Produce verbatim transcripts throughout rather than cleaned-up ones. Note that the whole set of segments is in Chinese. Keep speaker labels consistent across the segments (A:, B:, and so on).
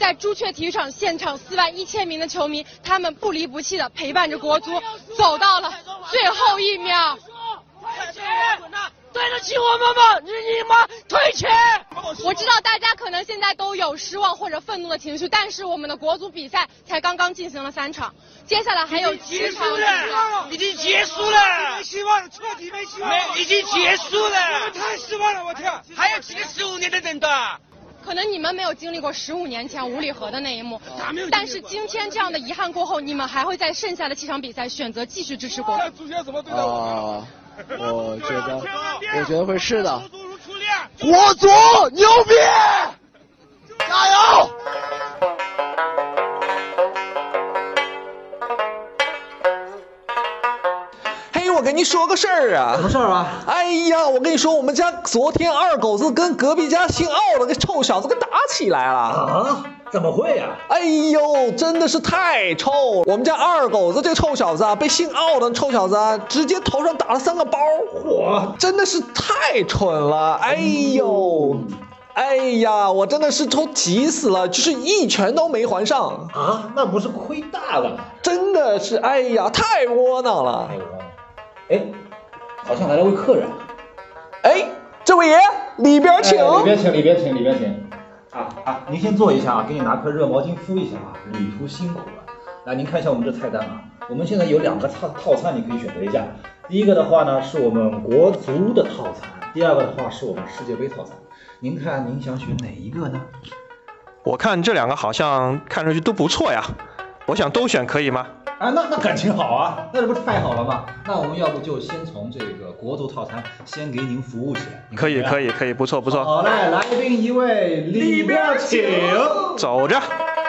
A: 在朱雀体育场现场四万一千名的球迷，他们不离不弃的陪伴着国足，走到了最后一秒。
B: 退钱！对得起我们吗？你你妈退钱！
A: 我知道大家可能现在都有失望或者愤怒的情绪，但是我们的国足比赛才刚刚进行了三场，接下来还有七场比赛，
B: 已经结束了，
C: 没希望了，彻底没希望了，
B: 已经结束了，
C: 太失望了，我天！
B: 还有几个十五年的等的。
A: 可能你们没有经历过十五年前五里河的那一幕，但是今天这样的遗憾过后，你们还会在剩下的七场比赛选择继续支持国足。
D: 啊，我觉得，我觉得会是的。
C: 国足牛逼，加油！
E: 我跟你说个事儿啊，
F: 什么事儿啊？
E: 哎呀，我跟你说，我们家昨天二狗子跟隔壁家姓奥的个臭小子给打起来了
F: 啊！怎么会呀、啊？
E: 哎呦，真的是太臭了！我们家二狗子这个臭小子啊，被姓奥的臭小子啊，直接头上打了三个包，
F: 嚯，
E: 真的是太蠢了！哎呦，哎呀，我真的是都急死了，就是一拳都没还上
F: 啊！那不是亏大了？
E: 真的是，哎呀，太窝囊了！
F: 太窝囊。哎，好像来了位客人。
E: 哎，这位爷，里边请。
F: 哎、里边请，里边请，里边请。啊啊，您先坐一下啊，给你拿颗热毛巾敷一下啊。旅途辛苦了。来，您看一下我们这菜单啊，我们现在有两个套套餐，你可以选择一下。第一个的话呢，是我们国足的套餐；第二个的话是我们世界杯套餐。您看，您想选哪一个呢？
G: 我看这两个好像看上去都不错呀，我想都选可以吗？
F: 啊，那那感情好啊，那这不太好了吗？那我们要不就先从这个国足套餐先给您服务起来。
G: 可以，可以，可以，不错，不错。
F: 好嘞，来宾一位，里边请。
G: 走着。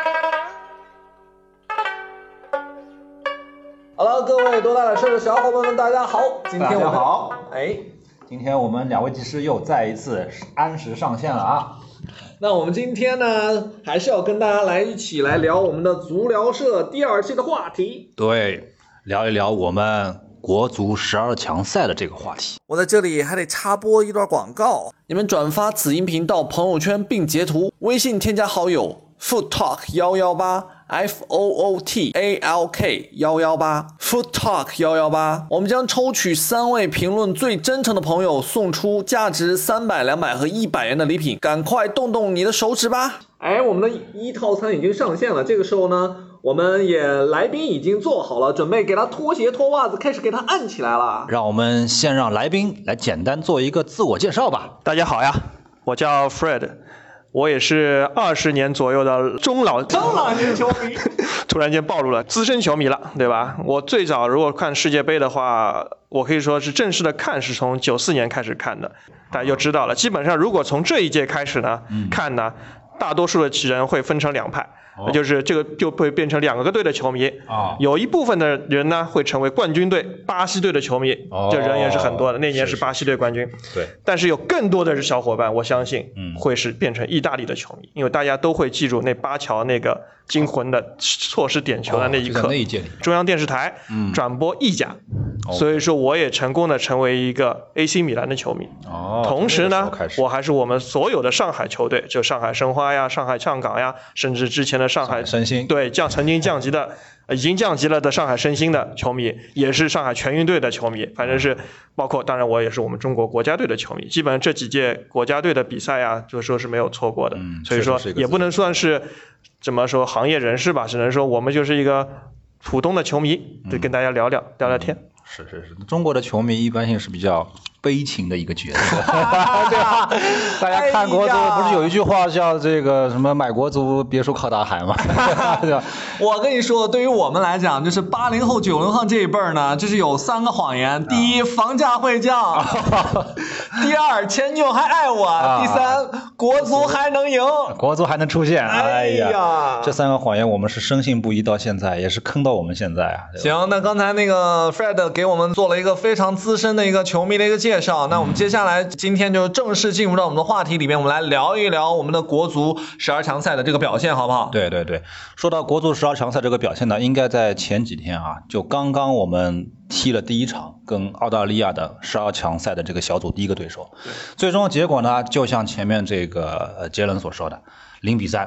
E: 好了，各位多大点事的小伙伴们，大家好，今天我们
F: 好，
E: 哎，
F: 今天我们两位技师又再一次按时上线了啊。
E: 那我们今天呢，还是要跟大家来一起来聊我们的足疗社第二期的话题。
F: 对，聊一聊我们国足十二强赛的这个话题。
E: 我在这里还得插播一段广告，你们转发此音频到朋友圈并截图，微信添加好友 Foot Talk 一一八 F O O T A L K 一一八 Foot Talk 一一八，我们将抽取三位评论最真诚的朋友，送出价值三百、两百和一百元的礼品，赶快动动你的手指吧！哎，我们的一套餐已经上线了，这个时候呢，我们也来宾已经做好了，准备给他脱鞋脱袜子，开始给他按起来了。
F: 让我们先让来宾来简单做一个自我介绍吧。
G: 大家好呀，我叫 Fred。我也是二十年左右的中老
E: 中老年球迷，
G: 突然间暴露了资深球迷了，对吧？我最早如果看世界杯的话，我可以说是正式的看是从九四年开始看的，大家就知道了。基本上如果从这一届开始呢、嗯、看呢，大多数的人会分成两派。那就是这个就会变成两个队的球迷啊，有一部分的人呢会成为冠军队巴西队的球迷，这人也是很多的。那年是巴西队冠军，
F: 对。
G: 但是有更多的小伙伴，我相信会是变成意大利的球迷，因为大家都会记住那巴乔那个惊魂的错失点球的那一刻。
F: 那一届里，
G: 中央电视台转播意甲，所以说我也成功的成为一个 A C 米兰的球迷。哦。同时呢，我还是我们所有的上海球队，就上海申花呀、上海上港呀，甚至之前的上海
F: 申鑫，
G: 对，降曾经降级的，已经降级了的上海申鑫的球迷，也是上海全运队的球迷，反正是包括，当然我也是我们中国国家队的球迷，基本上这几届国家队的比赛啊，就说是没有错过的，嗯、所以说也不能算是怎么说行业人士吧，只能说我们就是一个普通的球迷，就跟大家聊聊、嗯、聊聊天。
F: 是是是，中国的球迷一般性是比较悲情的一个角色，对吧？大家看国足、哎、不是有一句话叫这个什么买国足别墅靠大海吗？对吧？
E: 我跟你说，对于我们来讲，就是八零后九零后这一辈儿呢，就是有三个谎言：第一，房价会降；第二，前女友还爱我；第三，国足还能赢，
F: 国足还能出现。
E: 哎呀，哎呀
F: 这三个谎言我们是深信不疑到现在，也是坑到我们现在啊。
E: 行，那刚才那个 Fred 给我们做了一个非常资深的一个球迷的一个介绍，那我们接下来今天就正式进入到我们的话题里面，我们来聊一聊我们的国足十二强赛的这个表现，好不好？
F: 对对对，说到国足十二强赛这个表现呢，应该在前几天啊，就刚刚我们踢了第一场跟澳大利亚的十二强赛的这个小组第一个对手，最终结果呢，就像前面这个呃杰伦所说的，零比三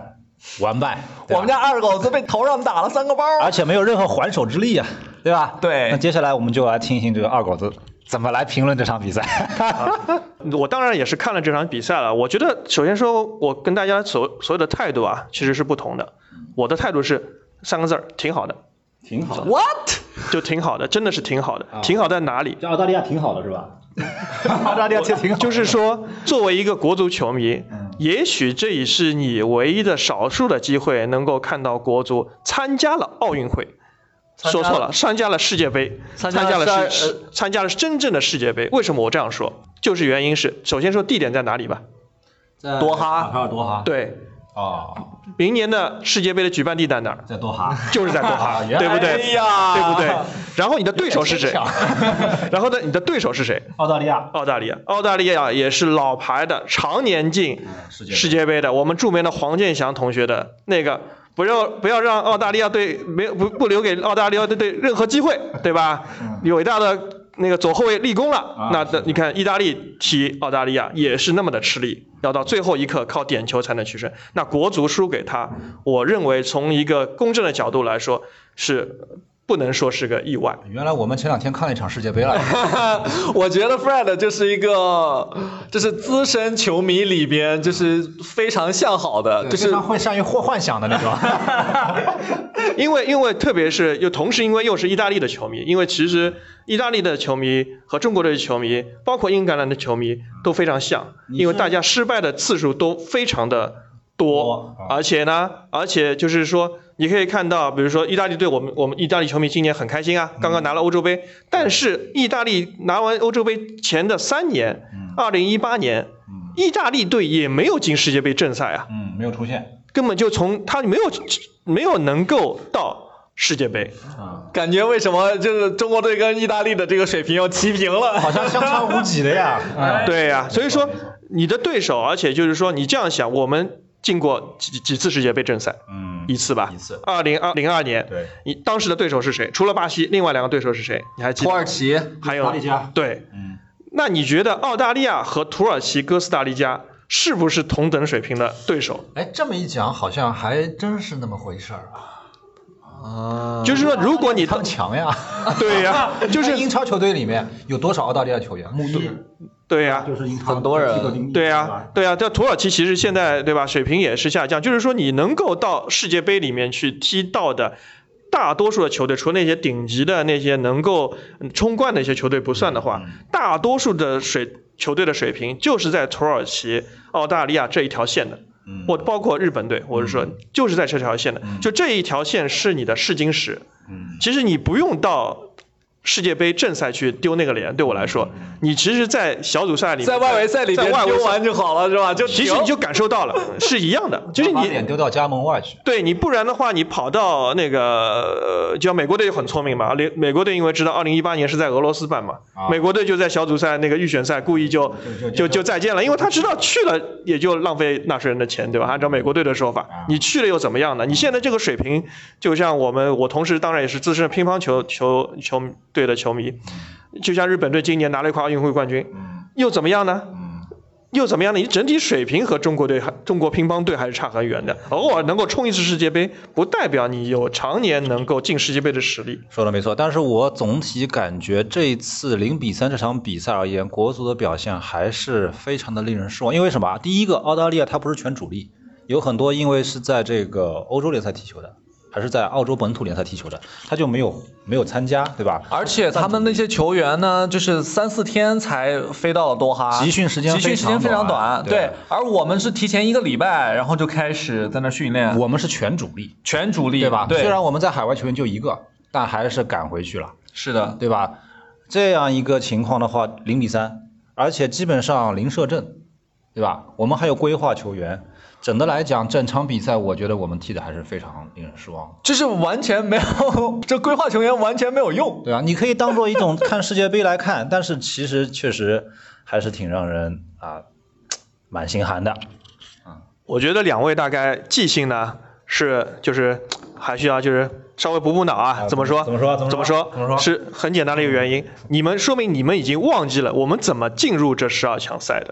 F: 完败。
E: 我们家二狗子被头上打了三个包，
F: 而且没有任何还手之力啊，对吧？
E: 对。
F: 那接下来我们就来听听这个二狗子怎么来评论这场比赛。
G: 啊、我当然也是看了这场比赛了。我觉得首先说，我跟大家所所有的态度啊，其实是不同的。我的态度是三个字儿，挺好的。
F: 挺好的。
E: What？
G: 就挺好的，真的是挺好的。啊、挺好在哪里？
F: 这澳大利亚挺好的是吧？澳大利亚其实挺好的。
G: 就是说，作为一个国足球迷，嗯、也许这也是你唯一的少数的机会，能够看到国足参加了奥运会。说错了，参加了世界杯，参加了世、呃、参加了真正的世界杯。为什么我这样说？就是原因是，首先说地点在哪里吧，
F: 在
G: 多哈，
F: 卡塔尔多哈。
G: 对，
F: 哦，
G: 明年的世界杯的举办地在哪儿？
F: 在多哈，
G: 就是在多哈，对不对？
E: 哎呀，
G: 对不对？然后你的对手是谁？然后呢，你的对手是谁？
F: 澳大利亚，
G: 澳大利亚，澳大利亚也是老牌的，常年进世界杯的。我们著名的黄健翔同学的那个。不要不要让澳大利亚队没有不不留给澳大利亚队队任何机会，对吧？伟大的那个左后卫立功了，
F: 啊、
G: 那你看意大利踢澳大利亚也是那么的吃力，要到最后一刻靠点球才能取胜。那国足输给他，我认为从一个公正的角度来说是。不能说是个意外。
F: 原来我们前两天看了一场世界杯了。
E: 我觉得 Fred 就是一个，就是资深球迷里边就是非常向好的，就是
F: 非常会善于幻幻想的那种。
G: 因为因为特别是又同时因为又是意大利的球迷，因为其实意大利的球迷和中国队的球迷，包括英格兰的球迷都非常像，因为大家失败的次数都非常的多，而且呢，而且就是说。你可以看到，比如说意大利队，我们我们意大利球迷今年很开心啊，刚刚拿了欧洲杯。但是意大利拿完欧洲杯前的三年，二零一八年，意大利队也没有进世界杯正赛啊，
F: 嗯，没有出现，
G: 根本就从他没有没有能够到世界杯，
E: 啊，感觉为什么就是中国队跟意大利的这个水平要齐平了，
F: 好像相差无几的呀。
G: 嗯、对呀、啊，所以说你的对手，而且就是说你这样想，我们。进过几几次世界杯正赛？
F: 嗯，
G: 一次吧。
F: 一次。
G: 二零零二年，
F: 对，
G: 你当时的对手是谁？除了巴西，另外两个对手是谁？你还记得？
E: 土耳其，
G: 还有
F: 哥斯达黎加。
G: 对，
F: 嗯。
G: 那你觉得澳大利亚和土耳其、哥斯达黎加是不是同等水平的对手？
F: 哎，这么一讲，好像还真是那么回事儿
E: 啊。啊，
G: 就是说，如果你
F: 他们强呀。
G: 对呀，就是
F: 英超球队里面有多少澳大利亚球员？穆伊。
G: 对呀、
F: 啊，就是
E: 很多人。
G: 对呀、啊，对呀、啊，这土耳其其实现在对吧，水平也是下降。就是说，你能够到世界杯里面去踢到的，大多数的球队，除了那些顶级的那些能够冲冠的一些球队不算的话，嗯、大多数的水球队的水平就是在土耳其、澳大利亚这一条线的。
F: 嗯，
G: 或包括日本队，或者说就是在这条线的，
F: 嗯、
G: 就这一条线是你的试金石。
F: 嗯，
G: 其实你不用到。世界杯正赛去丢那个脸，对我来说，你其实，在小组赛里面，
E: 在外围赛里面丢完就好了，是吧？就
G: 其实你就感受到了，是一样的，就是你
F: 脸丢到家门外去。
G: 对你，不然的话，你跑到那个，呃，就像美国队很聪明嘛，美美国队因为知道二零一八年是在俄罗斯办嘛，
F: 啊、
G: 美国队就在小组赛那个预选赛故意就就就就再见了，因为他知道去了也就浪费纳税人的钱，对吧？按照美国队的说法，
F: 啊、
G: 你去了又怎么样呢？你现在这个水平，就像我们，我同时当然也是资深乒乓球球球队的球迷。就像日本队今年拿了一块奥运会冠军，又怎么样呢？又怎么样呢？你整体水平和中国队、中国乒乓队还是差很远的。偶尔能够冲一次世界杯，不代表你有常年能够进世界杯的实力。
F: 说的没错，但是我总体感觉这一次零比三这场比赛而言，国足的表现还是非常的令人失望。因为什么？第一个，澳大利亚它不是全主力，有很多因为是在这个欧洲联赛踢球的。还是在澳洲本土联赛踢球的，他就没有没有参加，对吧？
E: 而且他们那些球员呢，就是三四天才飞到了多哈，
F: 集训时间
E: 集训时间非常短，
F: 对。
E: 对而我们是提前一个礼拜，然后就开始在那训练。
F: 我们是全主力，
E: 全主力，
F: 对吧？
E: 对。
F: 虽然我们在海外球员就一个，但还是赶回去了。
E: 是的，
F: 对吧？这样一个情况的话，零比三，而且基本上零射正，对吧？我们还有规划球员。整的来讲，整场比赛我觉得我们踢的还是非常令人失望，
E: 就是完全没有，这规划球员完全没有用。
F: 对啊，你可以当做一种看世界杯来看，但是其实确实还是挺让人啊蛮心寒的。
G: 啊，我觉得两位大概记性呢是就是还需要就是稍微补补脑啊，怎么说？
F: 怎么说？
G: 怎么说？
F: 怎么说？
G: 是很简单的一个原因，你们说明你们已经忘记了我们怎么进入这十二强赛的。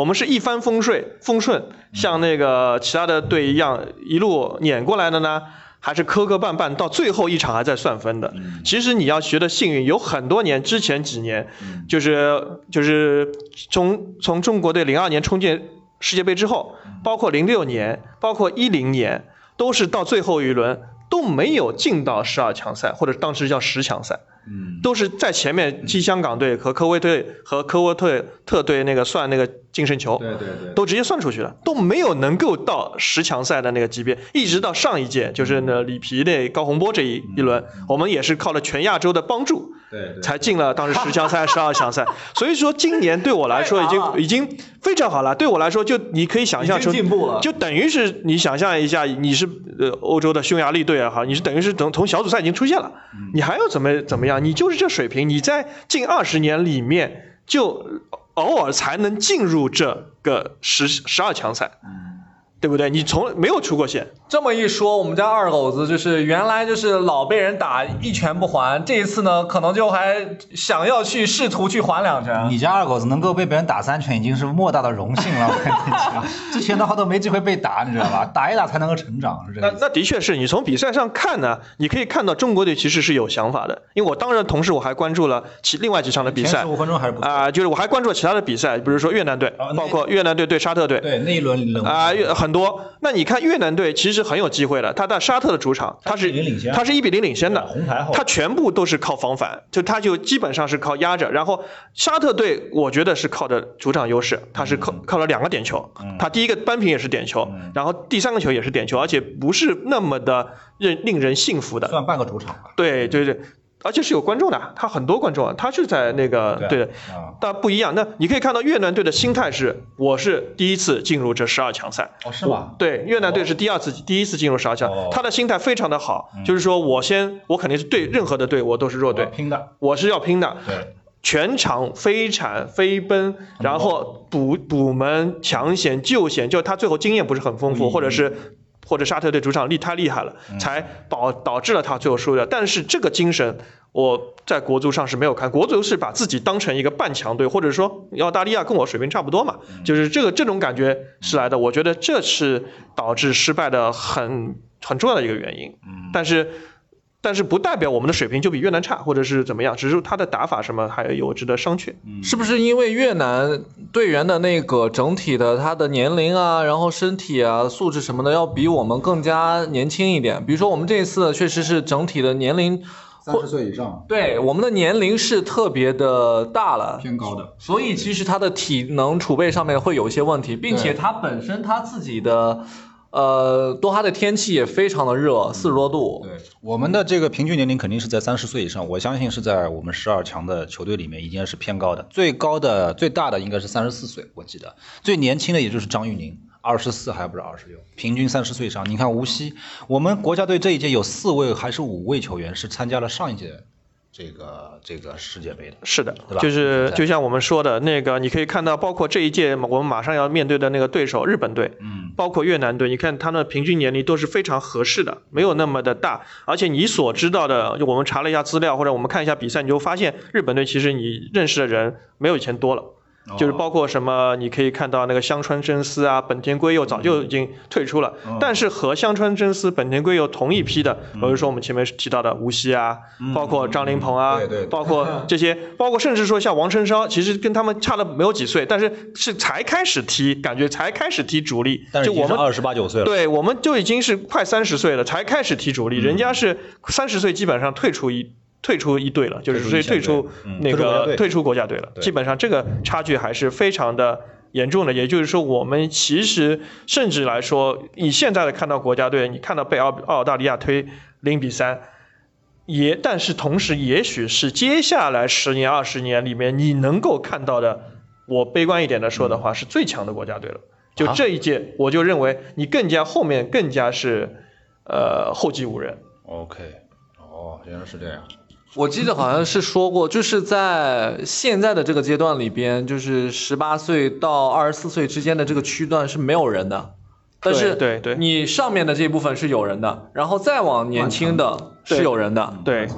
G: 我们是一帆风顺风顺，像那个其他的队一样一路碾过来的呢？还是磕磕绊绊，到最后一场还在算分的。嗯、其实你要觉得幸运，有很多年之前几年，嗯、就是就是从从中国队零二年冲进世界杯之后，包括零六年，包括一零年，都是到最后一轮都没有进到十二强赛，或者当时叫十强赛。嗯，都是在前面踢香港队和科威队和科威特特队那个算那个净胜球，
F: 对对对，
G: 都直接算出去了，都没有能够到十强赛的那个级别，一直到上一届就是那里皮那高洪波这一一轮，嗯、我们也是靠了全亚洲的帮助，
F: 对对，
G: 才进了当时十强赛、十二强赛。所以说今年对我来说已经已经非常好了，对我来说就你可以想象成
E: 进步了，
G: 就等于是你想象一下，你是呃欧洲的匈牙利队也好，你是等于是从从小组赛已经出现了，嗯、你还要怎么怎么样？你就是这水平，你在近二十年里面就偶尔才能进入这个十十二强赛，嗯、对不对？你从没有出过线。
E: 这么一说，我们家二狗子就是原来就是老被人打一拳不还，这一次呢，可能就还想要去试图去还两拳。
F: 你家二狗子能够被别人打三拳，已经是莫大的荣幸了。我跟你讲，之前的话都没机会被打，你知道吧？打一打才能够成长，是这个意思。
G: 那那的确是你从比赛上看呢，你可以看到中国队其实是有想法的。因为我当然同时我还关注了其另外几场的比赛，
F: 前十五分钟还是不错
G: 啊、呃，就是我还关注了其他的比赛，比如说越南队，哦、包括越南队对沙特队，
F: 对那一轮
G: 啊、呃、很多。那你看越南队其实很有机会的。他在沙特的主场，他是他是一比零领先的，
F: 红牌后，
G: 他全部都是靠防反，就他就基本上是靠压着。然后沙特队，我觉得是靠着主场优势，他是靠、嗯、靠了两个点球，嗯、他第一个扳平也是点球，嗯、然后第三个球也是点球，而且不是那么的令令人信服的，
F: 算半个主场吧。
G: 对对对。而且是有观众的，他很多观众啊，他是在那个对的，但不一样。那你可以看到越南队的心态是，我是第一次进入这十二强赛。
F: 哦，是吗？
G: 对，越南队是第二次、哦、第一次进入十二强，哦、他的心态非常的好，嗯、就是说我先，我肯定是对任何的队我都是弱队，
F: 拼的，
G: 我是要拼的。
F: 对，
G: 全场飞铲飞奔，然后补补门抢险救险，就他最后经验不是很丰富，嗯、或者是。或者沙特队主场力太厉害了，才导导致了他最后输掉。但是这个精神我在国足上是没有看，国足是把自己当成一个半强队，或者说澳大利亚跟我水平差不多嘛，就是这个这种感觉是来的。我觉得这是导致失败的很很重要的一个原因。但是。但是不代表我们的水平就比越南差，或者是怎么样，只是他的打法什么还有值得商榷。
E: 是不是因为越南队员的那个整体的他的年龄啊，然后身体啊素质什么的要比我们更加年轻一点？比如说我们这一次确实是整体的年龄
F: 三十岁以上，
E: 对，我们的年龄是特别的大了，
F: 偏高的，
E: 所以其实他的体能储备上面会有一些问题，并且他本身他自己的。呃，多哈的天气也非常的热，四十多度。
F: 对，我们的这个平均年龄肯定是在三十岁以上，我相信是在我们十二强的球队里面已经是偏高的，最高的、最大的应该是三十四岁，我记得最年轻的也就是张玉宁，二十四还不是二十六，平均三十岁以上。你看无锡，我们国家队这一届有四位还是五位球员是参加了上一届。这个这个世界杯的
G: 是的，
F: 对吧？
G: 就是就像我们说的那个，你可以看到，包括这一届我们马上要面对的那个对手日本队，嗯，包括越南队，你看他们的平均年龄都是非常合适的，没有那么的大。而且你所知道的，就我们查了一下资料，或者我们看一下比赛，你就发现日本队其实你认识的人没有以前多了。就是包括什么，你可以看到那个香川真司啊、本田圭佑早就已经退出了，嗯、但是和香川真司、本田圭佑同一批的，比如说我们前面提到的无锡啊，嗯、包括张琳芃啊，
F: 对对对
G: 包括这些，包括甚至说像王晨绍，其实跟他们差了没有几岁，但是是才开始踢，感觉才开始踢主力，
F: 但是已经是二十八九岁了，
G: 对，我们就已经是快三十岁了，才开始踢主力，嗯、人家是三十岁基本上退出一。退出一队了，就是所以退出那个退出国家队了，基本上这个差距还是非常的严重的。也就是说，我们其实甚至来说，以现在的看到国家队，你看到被澳澳大利亚推零比三，也但是同时也许是接下来十年二十年里面你能够看到的，我悲观一点的说的话，是最强的国家队了。就这一届，我就认为你更加后面更加是呃后继无人。
F: OK， 哦，原来是这样。
E: 我记得好像是说过，就是在现在的这个阶段里边，就是十八岁到二十四岁之间的这个区段是没有人的，但是
G: 对对，
E: 你上面的这一部分是有人的，然后再往年轻的是有人的，
G: 对。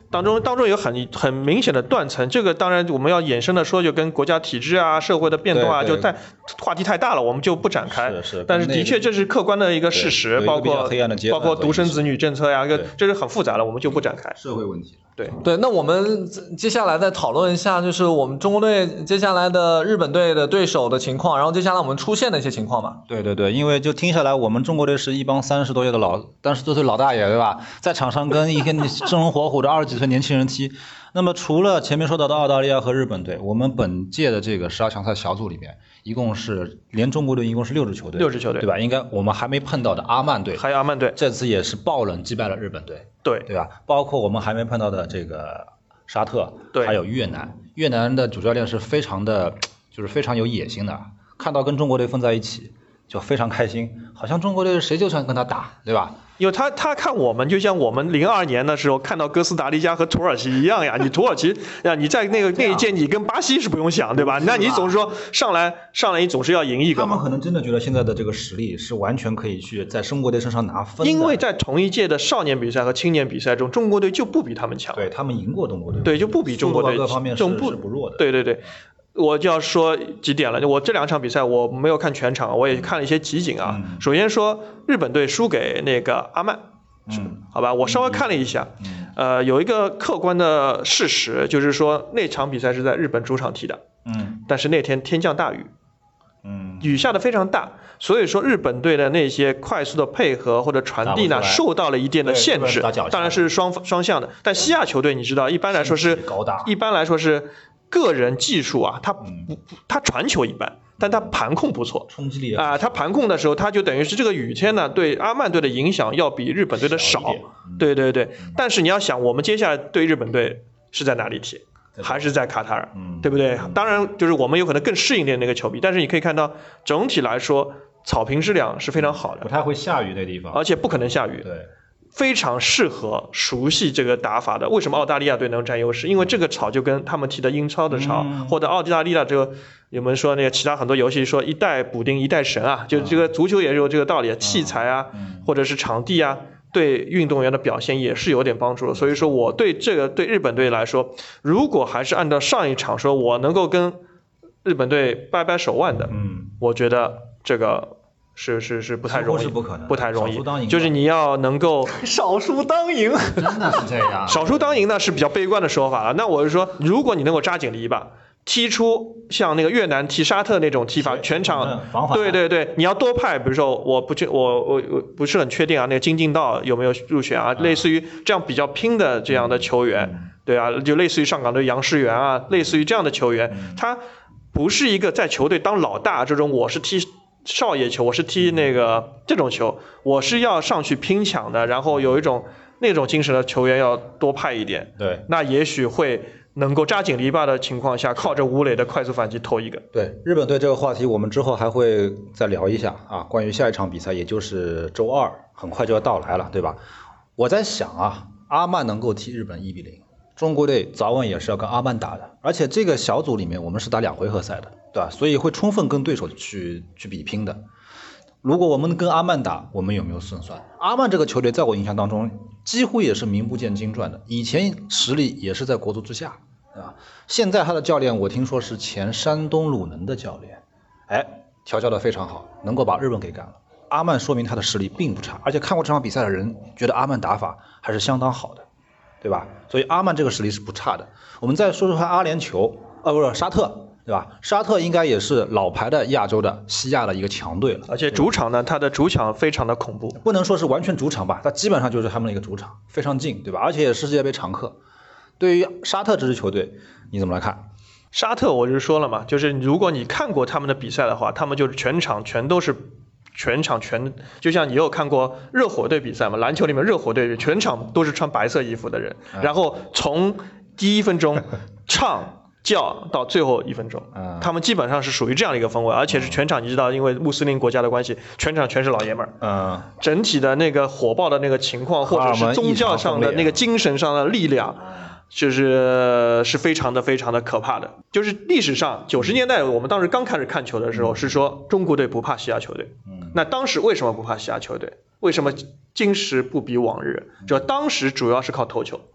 G: 当中当中有很很明显的断层，这个当然我们要衍生的说，就跟国家体制啊、社会的变动啊，就太话题太大了，我们就不展开。
F: 是是，
G: 但是的确这是客观的一个事实，包括包括独生子女政策呀，这是很复杂的，我们就不展开。
F: 社会问题。
G: 对
E: 对，那我们接下来再讨论一下，就是我们中国队接下来的日本队的对手的情况，然后接下来我们出现的一些情况吧。
F: 对对对，因为就听下来，我们中国队是一帮三十多岁的老，三十多岁老大爷，对吧？在场上跟一个生龙活虎的二十几岁年轻人踢。那么除了前面说到的澳大利亚和日本队，我们本届的这个十二强赛小组里面，一共是连中国队一共是六支球队，
G: 六支球队，
F: 对吧？应该我们还没碰到的阿曼队，
G: 还有阿曼队，
F: 这次也是爆冷击败了日本队，
G: 对
F: 对吧？包括我们还没碰到的这个沙特，
G: 对，
F: 还有越南，越南的主教练是非常的，就是非常有野心的，看到跟中国队混在一起就非常开心，好像中国队谁就想跟他打，对吧？
G: 因为他他看我们就像我们零二年的时候看到哥斯达黎加和土耳其一样呀，你土耳其呀，你在那个那一届你跟巴西是不用想，对吧？那你总是说上来上来你总是要赢一个嘛。
F: 他们可能真的觉得现在的这个实力是完全可以去在中国队身上拿分的，
G: 因为在同一届的少年比赛和青年比赛中，中国队就不比他们强，
F: 对他们赢过中国队，
G: 对就不比中国队
F: 各方面是是不弱的，
G: 对对对。我就要说几点了，我这两场比赛我没有看全场，我也看了一些集锦啊。
F: 嗯、
G: 首先说日本队输给那个阿曼。
F: 嗯，
G: 好吧，我稍微看了一下，嗯、呃，有一个客观的事实，就是说那场比赛是在日本主场踢的，
F: 嗯，
G: 但是那天天降大雨，
F: 嗯，
G: 雨下的非常大，所以说日本队的那些快速的配合或者传递呢，受到了一定的限制，当然是双双向的。但西亚球队你知道，一般来说是一般来说是个人技术啊，他不他传球一般。但他盘控不错，
F: 冲击力
G: 啊、呃，他盘控的时候，他就等于是这个雨天呢，对阿曼队的影响要比日本队的少，
F: 嗯、
G: 对对对、嗯。但是你要想，我们接下来对日本队是在哪里踢？还是在卡塔尔，
F: 嗯、
G: 对不对？当然，就是我们有可能更适应点那个球比，但是你可以看到，整体来说，草坪质量是非常好的，
F: 不太会下雨的地方，
G: 而且不可能下雨，
F: 对。
G: 非常适合熟悉这个打法的。为什么澳大利亚队能占优势？因为这个草就跟他们踢的英超的草，
F: 嗯、
G: 或者澳大利亚这个，有没有说那个其他很多游戏说一代补丁一代神啊？就这个足球也是有这个道理，器材啊，或者是场地啊，对运动员的表现也是有点帮助的。所以说我对这个对日本队来说，如果还是按照上一场说我能够跟日本队掰掰手腕的，
F: 嗯，
G: 我觉得这个。是是是不太容易，
F: 不可能，
G: 不太容易，就是你要能够
E: 少输当赢，
F: 真的是这样。
G: 少输当赢呢是比较悲观的说法了。那我是说，如果你能够扎紧篱笆，踢出像那个越南踢沙特那种踢法，全场对对对，你要多派，比如说我不确我我我不是很确定啊，那个金敬道有没有入选啊？类似于这样比较拼的这样的球员，对啊，就类似于上港队杨世元啊，类似于这样的球员，他不是一个在球队当老大这种，我是踢。少爷球，我是踢那个这种球，我是要上去拼抢的，然后有一种那种精神的球员要多派一点，
F: 对，
G: 那也许会能够扎紧篱笆的情况下，靠着吴磊的快速反击投一个。
F: 对，日本队这个话题，我们之后还会再聊一下啊，关于下一场比赛，也就是周二，很快就要到来了，对吧？我在想啊，阿曼能够踢日本一比零，中国队早晚也是要跟阿曼打的，而且这个小组里面我们是打两回合赛的。对吧？所以会充分跟对手去去比拼的。如果我们跟阿曼打，我们有没有胜算？阿曼这个球队在我印象当中，几乎也是名不见经传的，以前实力也是在国足之下，对吧？现在他的教练我听说是前山东鲁能的教练，哎，调教的非常好，能够把日本给赶了。阿曼说明他的实力并不差，而且看过这场比赛的人觉得阿曼打法还是相当好的，对吧？所以阿曼这个实力是不差的。我们再说说看阿联酋，呃，不是沙特。对吧？沙特应该也是老牌的亚洲的西亚的一个强队了，
G: 而且主场呢，它的主场非常的恐怖，
F: 不能说是完全主场吧，它基本上就是他们的一个主场，非常近，对吧？而且也是世界杯常客。对于沙特这支球队，你怎么来看？
G: 沙特我就说了嘛，就是如果你看过他们的比赛的话，他们就是全场全都是全场全，就像你有看过热火队比赛嘛，篮球里面热火队全场都是穿白色衣服的人，
F: 嗯、
G: 然后从第一分钟唱。叫到最后一分钟，
F: 嗯，
G: 他们基本上是属于这样的一个氛围，而且是全场，你知道，因为穆斯林国家的关系，全场全是老爷们儿，
F: 嗯，
G: 整体的那个火爆的那个情况，或者是宗教上的那个精神上的力量，就是是非常的非常的可怕的。就是历史上九十年代我们当时刚开始看球的时候，是说中国队不怕西亚球队，
F: 嗯，
G: 那当时为什么不怕西亚球队？为什么今时不比往日？就当时主要是靠头球。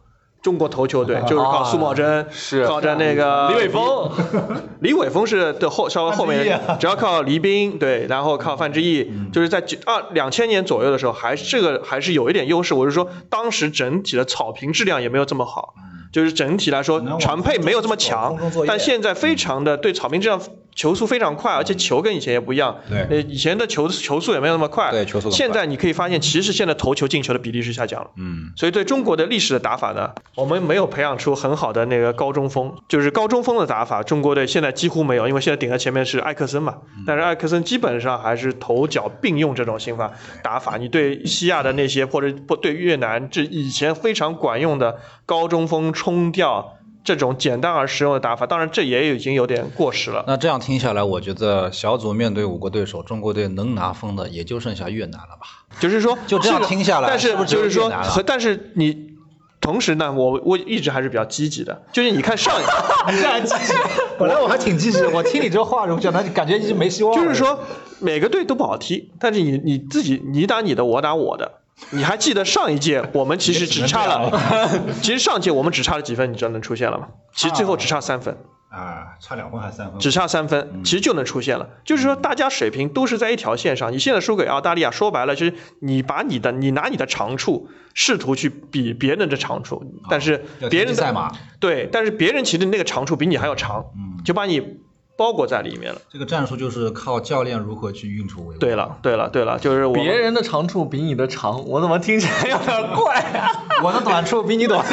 G: 中国头球队，就是靠苏茂贞，
H: 啊、是
G: 靠着那个
H: 李玮峰，
G: 李玮峰是的后稍微后面，只要靠黎兵，对，然后靠范志毅，嗯、就是在二两千年左右的时候，还是这个还是有一点优势。我是说，当时整体的草坪质量也没有这么好，就是整体来说传配没有这么强，但现在非常的对草坪质量。球速非常快，而且球跟以前也不一样。
F: 对，
G: 以前的球球速也没有那么快。
F: 对，球速。
G: 现在你可以发现，其实现在投球进球的比例是下降了。
F: 嗯。
G: 所以对中国的历史的打法呢，我们没有培养出很好的那个高中锋，就是高中锋的打法，中国队现在几乎没有，因为现在顶在前面是艾克森嘛。嗯、但是艾克森基本上还是头脚并用这种新法打法。你对西亚的那些或者对越南，这以前非常管用的高中锋冲吊。这种简单而实用的打法，当然这也已经有点过时了。
F: 那这样听下来，我觉得小组面对五个对手，中国队能拿分的也就剩下越南了吧？
G: 就是说，
F: 就这样听下来，
G: 但是就是说，
F: 和
G: 但是你同时呢，我我一直还是比较积极的。就是你看上一，
F: 你这样积极，本来我还挺积极，我听你这话，我讲的感觉一直没希望。
G: 就是说，每个队都不好踢，但是你你自己你打你的，我打我的。你还记得上一届我们其实只差了，其实上届我们只差了几分，你知道能出现了吗？其实最后只差三分
F: 啊，差两分还是三分？
G: 只差三分，其实就能出现了。就是说大家水平都是在一条线上。你现在输给澳大利亚，说白了就是你把你的你拿你的长处试图去比别人的长处，但是别人
F: 赛马
G: 对，但是别人其实那个长处比你还要长，就把你包裹在里面了。
F: 这个战术就是靠教练如何去运筹帷幄。
G: 对了，对了，对了，就是我
H: 别人的长处比你的长，我怎么听起来有点怪啊？
F: 我的短处比你短。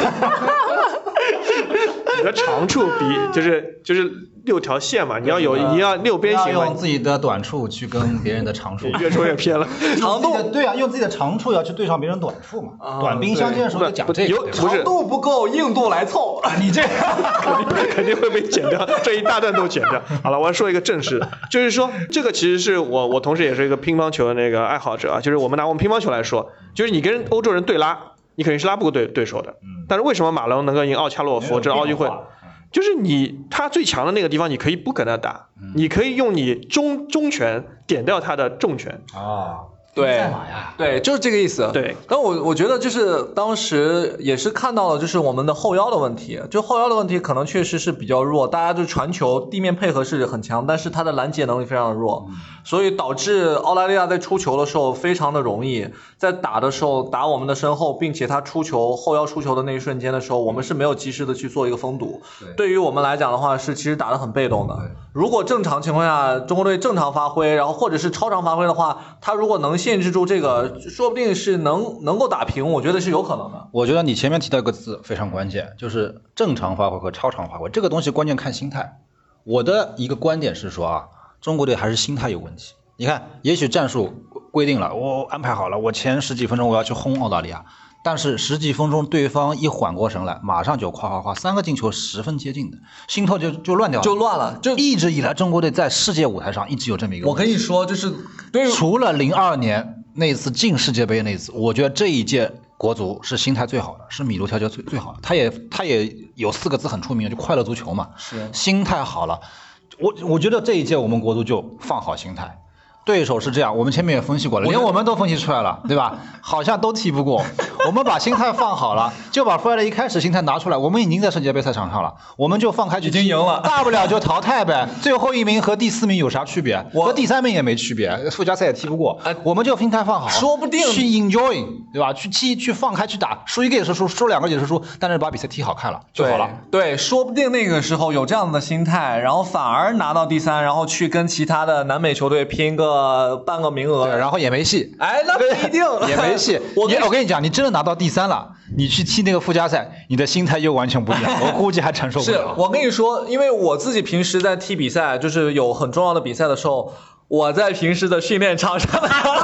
G: 你的长处比就是就是六条线嘛，你要有你要六边形嘛，
F: 用自己的短处去跟别人的长处。
G: 越说越偏了。
F: 长度对啊，用自己的长处要去对上别人短处嘛。啊、短兵相见的时候就讲这个。
H: 长度不够，硬度来凑。
F: 你这
G: 肯定肯定会被剪掉，这一大段都剪掉。好了，我要说一个正式的，就是说这个其实是我我同时也是一个乒乓球的那个爱好者啊，就是我们拿我们乒乓球来说，就是你跟欧洲人对拉。你肯定是拉不过对对手的，嗯，但是为什么马龙能够赢奥恰洛夫这奥运会？就是你他最强的那个地方，你可以不跟他打，嗯、你可以用你中中拳点掉他的重拳
F: 啊。
H: 对，对，就是这个意思。
G: 对，
H: 但我我觉得就是当时也是看到了，就是我们的后腰的问题，就后腰的问题可能确实是比较弱，大家就传球地面配合是很强，但是他的拦截能力非常的弱，嗯、所以导致澳大利亚在出球的时候非常的容易，在打的时候打我们的身后，并且他出球后腰出球的那一瞬间的时候，我们是没有及时的去做一个封堵。对，对于我们来讲的话，是其实打得很被动的。如果正常情况下，中国队正常发挥，然后或者是超常发挥的话，他如果能限制住这个，说不定是能能够打平，我觉得是有可能的。
F: 我觉得你前面提到一个字非常关键，就是正常发挥和超常发挥，这个东西关键看心态。我的一个观点是说啊，中国队还是心态有问题。你看，也许战术规定了，我安排好了，我前十几分钟我要去轰澳大利亚，但是十几分钟对方一缓过神来，马上就夸夸夸三个进球十分接近的，心头就就乱掉了，
H: 就乱了。就
F: 一直以来中国队在世界舞台上一直有这么一个问题。
H: 我跟你说，就是对，
F: 除了零二年那一次进世界杯那一次，我觉得这一届国足是心态最好的，是米卢调教最最好的。他也他也有四个字很出名，就快乐足球嘛，
H: 是
F: 心态好了。我我觉得这一届我们国足就放好心态。对手是这样，我们前面也分析过了，连我们都分析出来了，对吧？好像都踢不过。我们把心态放好了，就把弗莱德一开始心态拿出来，我们已经在世界杯赛场上了，我们就放开去踢，
H: 已经赢了，
F: 大不了就淘汰呗。最后一名和第四名有啥区别？和第三名也没区别，附加赛也踢不过。哎，我们就心态放好，
H: 说不定
F: 去 enjoy， 对吧？去踢，去放开去打，输一个也是输，输两个也是输，但是把比赛踢好看了就好了。
H: 对，对，说不定那个时候有这样的心态，然后反而拿到第三，然后去跟其他的南美球队拼个半个名额，
F: 对，然后也没戏。
H: 哎，那不一定
F: 也没戏。我跟我跟你讲，你真的拿到第三了，你去踢那个附加赛，你的心态又完全不一样，我估计还承受不了。
H: 是我跟你说，因为我自己平时在踢比赛，就是有很重要的比赛的时候，我在平时的训练场上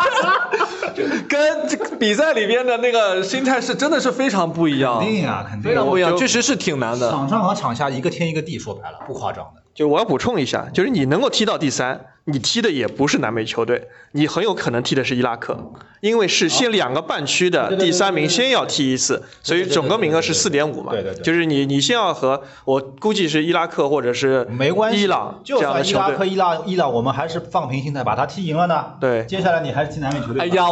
H: 跟这个比赛里边的那个心态是真的是非常不一样。
F: 肯定啊，肯定
H: 非常不一样，确实是挺难的。
F: 场上和场下一个天一个地，说白了不夸张的。
G: 就我要补充一下，就是你能够踢到第三，你踢的也不是南美球队，你很有可能踢的是伊拉克，因为是先两个半区的第三名先要踢一次，所以总个名额是 四点五 嘛。
F: 对对对，
G: 就是你你先要和我估计是伊拉克或者是
F: 没关系
G: 伊朗这样的球队。
F: 就算伊拉克、伊朗、伊朗，我们还是放平心态把他踢赢了呢。
G: 对，
F: 接下来你还是踢南美球队。
H: 哎呀，我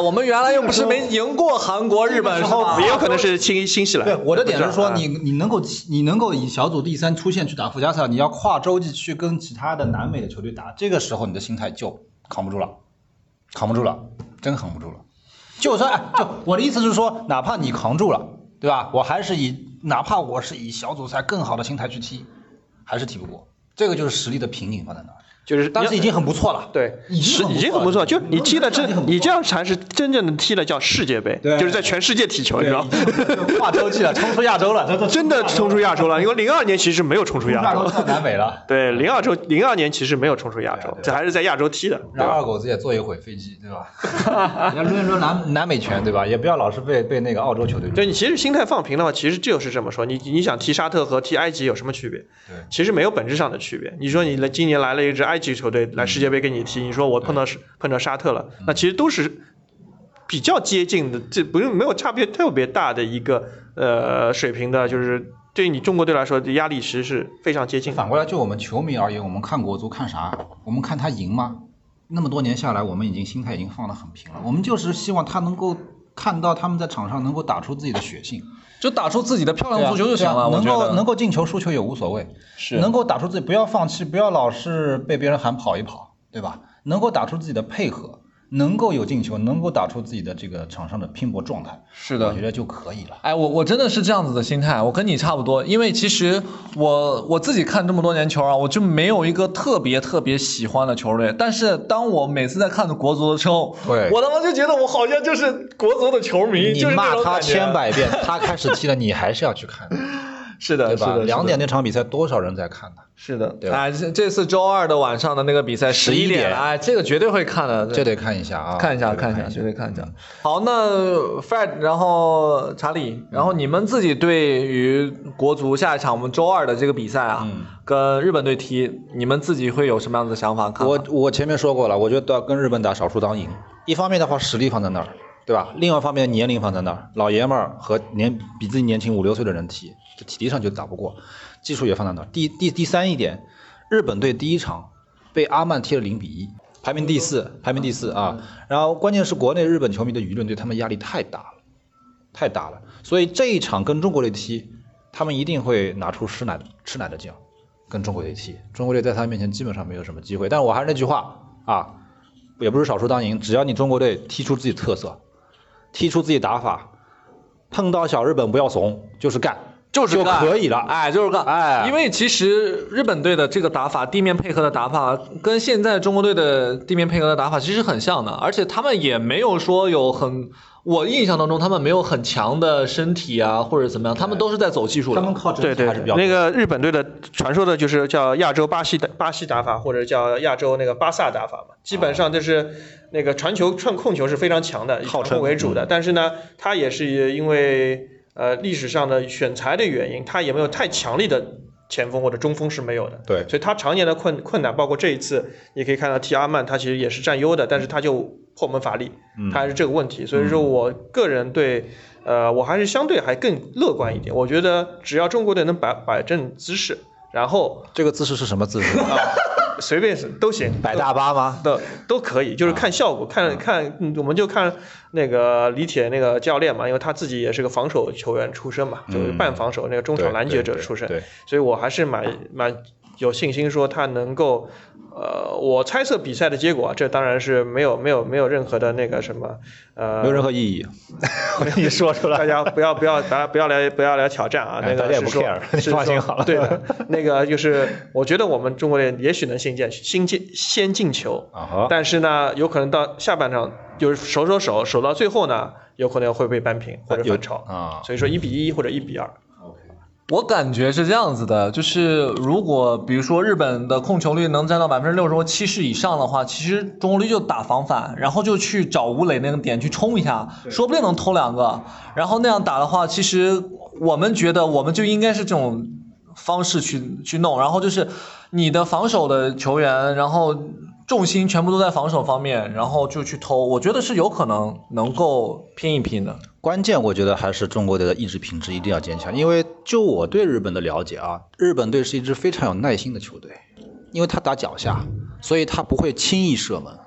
H: 我们原来又不是没赢过韩国、日本，是吧？
G: 也有可能是新新西兰。
F: 对，我的点是说，你你能够你能够以小组第三出线去打附加赛，你要跨洲际去跟其他的南美的球队打，这个时候你的心态就扛不住了，扛不住了，真扛不住了。就算就我的意思是说，哪怕你扛住了，对吧？我还是以哪怕我是以小组赛更好的心态去踢，还是踢不过。这个就是实力的瓶颈放在那儿。就是，但是已经很不错了。
G: 对，已经已经很不错。就你踢的这，你这样才是真正的踢的叫世界杯，就是在全世界踢球，你知道吗？
F: 跨洲际了，冲出亚洲了，
G: 真的冲出亚洲了。因为零二年其实没有冲出亚洲，
F: 太南美了。
G: 对，零二洲零二年其实没有冲出亚洲，这还是在亚洲踢的。
F: 让二狗子也坐一回飞机，对吧？要轮一轮南南美拳，对吧？也不要老是被被那个澳洲球队。
G: 对，你其实心态放平的话，其实就是这么说。你你想踢沙特和踢埃及有什么区别？
F: 对，
G: 其实没有本质上的区别。你说你来今年来了一支埃及球队来世界杯跟你踢，你说我碰到碰到沙特了，那其实都是比较接近的，这不用没有差别特别大的一个呃水平的，就是对于你中国队来说压力其实是非常接近。
F: 反过来就我们球迷而言，我们看国足看啥？我们看他赢吗？那么多年下来，我们已经心态已经放得很平了，我们就是希望他能够看到他们在场上能够打出自己的血性。
H: 就打出自己的漂亮足球就行了，
F: 啊啊、能够能够进球输球也无所谓，
H: 是
F: 能够打出自己，不要放弃，不要老是被别人喊跑一跑，对吧？能够打出自己的配合，能够有进球，能够打出自己的这个场上的拼搏状态，
H: 是的，
F: 我觉得就可以了。
H: 哎，我我真的是这样子的心态，我跟你差不多，因为其实我我自己看这么多年球啊，我就没有一个特别特别喜欢的球队，但是当我每次在看国足的时候，
F: 对，
H: 我他妈就觉得我好像就是国足的球迷，
F: 你骂他千百遍，他开始踢了，你还是要去看。
H: 是的，
F: 对吧？
H: 是的，
F: 两点那场比赛多少人在看呢？
H: 是的，
F: 对吧？
H: 哎，这这次周二的晚上的那个比赛十一点，哎，这个绝对会看的，
F: 这得看一下啊，
H: 看一下，看一下，绝对看一下。好，那 Fred， 然后查理，然后你们自己对于国足下一场我们周二的这个比赛啊，嗯、跟日本队踢，你们自己会有什么样的想法？看法？
F: 我我前面说过了，我觉得要跟日本打少输当赢。一方面的话，实力放在那儿，对吧？另外一方面，年龄放在那儿，老爷们儿和年比自己年轻五六岁的人踢。体力上就打不过，技术也放在那儿。第第第三一点，日本队第一场被阿曼踢了零比一，排名第四，排名第四啊。然后关键是国内日本球迷的舆论对他们压力太大了，太大了。所以这一场跟中国队踢，他们一定会拿出吃奶吃奶的劲，跟中国队踢。中国队在他面前基本上没有什么机会。但我还是那句话啊，也不是少输当赢，只要你中国队踢出自己特色，踢出自己打法，碰到小日本不要怂，就是干。
H: 就是
F: 就可以了，
H: 哎，就是干，哎，因为其实日本队的这个打法，地面配合的打法，跟现在中国队的地面配合的打法其实很像的，而且他们也没有说有很，我印象当中他们没有很强的身体啊，或者怎么样，他们都是在走技术的。
F: 他们靠
G: 对对，那个日本队的传说的就是叫亚洲巴西巴西打法，或者叫亚洲那个巴萨打法嘛，基本上就是那个传球串控球是非常强的，以传控为主的，但是呢，他也是因为。呃，历史上的选材的原因，他也没有太强力的前锋或者中锋是没有的。
F: 对，
G: 所以他常年的困困难，包括这一次，也可以看到踢阿曼，他其实也是占优的，但是他就破门乏力，
F: 嗯、
G: 他还是这个问题。所以说我个人对，呃，我还是相对还更乐观一点。我觉得只要中国队能摆摆正姿势，然后
F: 这个姿势是什么姿势？
G: 随便都行，
F: 摆大巴吗？
G: 都都可以，就是看效果，看看，我们就看那个李铁那个教练嘛，因为他自己也是个防守球员出身嘛，就是半防守那个中场拦截者出身，所以我还是蛮蛮有信心说他能够，呃，我猜测比赛的结果，这当然是没有没有没有任何的那个什么，呃，
F: 没有任何意义，你说出来，
G: 大家不要不要大家不要来不要来挑战啊，那个
F: 是说，你放心好了，
G: 对的，那个就是我觉得我们中国队也许能先进先进先进球，
F: 啊、
G: 但是呢，有可能到下半场就是守守守守到最后呢，有可能会被扳平或者反超
F: 啊，
G: 所以说一比一或者一比二。
H: 我感觉是这样子的，就是如果比如说日本的控球率能占到百分之六十或七十以上的话，其实中国队就打防反，然后就去找吴磊那个点去冲一下，说不定能偷两个。然后那样打的话，其实我们觉得我们就应该是这种方式去去弄，然后就是你的防守的球员，然后重心全部都在防守方面，然后就去偷，我觉得是有可能能够拼一拼的。
F: 关键我觉得还是中国队的意志品质一定要坚强，因为就我对日本的了解啊，日本队是一支非常有耐心的球队，因为他打脚下，所以他不会轻易射门。